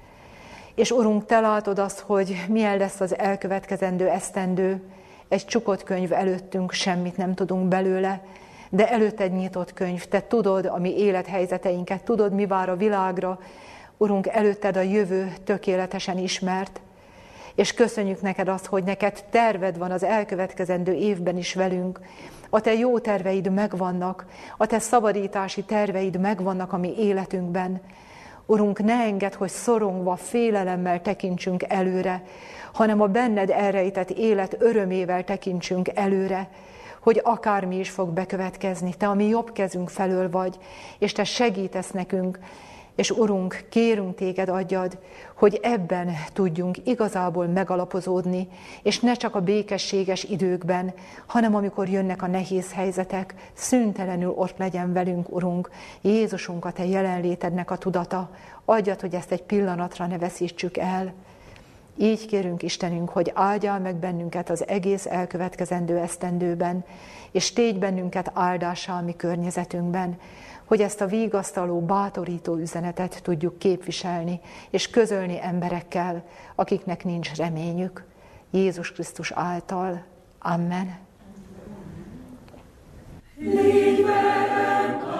És Urunk, Te látod azt, hogy milyen lesz az elkövetkezendő esztendő, egy csukott könyv előttünk, semmit nem tudunk belőle, de előtted nyitott könyv, Te tudod a mi élethelyzeteinket, tudod, mi vár a világra. Urunk, előtted a jövő tökéletesen ismert, és köszönjük neked azt, hogy neked terved van az elkövetkezendő évben is velünk. A Te jó terveid megvannak, a Te szabadítási terveid megvannak a mi életünkben. Urunk, ne engedd, hogy szorongva, félelemmel tekintsünk előre, hanem a benned elrejtett élet örömével tekintsünk előre, hogy akármi is fog bekövetkezni, Te a mi jobb kezünk felől vagy, és Te segítesz nekünk, és Urunk, kérünk Téged adjad, hogy ebben tudjunk igazából megalapozódni, és ne csak a békességes időkben, hanem amikor jönnek a nehéz helyzetek, szüntelenül ott legyen velünk, Urunk, Jézusunk, a Te jelenlétednek a tudata. Adjad, hogy ezt egy pillanatra ne veszítsük el. Így kérünk Istenünk, hogy áldjál meg bennünket az egész elkövetkezendő esztendőben, és tégy bennünket áldással mi környezetünkben, hogy ezt a vigasztaló, bátorító üzenetet tudjuk képviselni, és közölni emberekkel, akiknek nincs reményük. Jézus Krisztus által. Amen. Légy velem,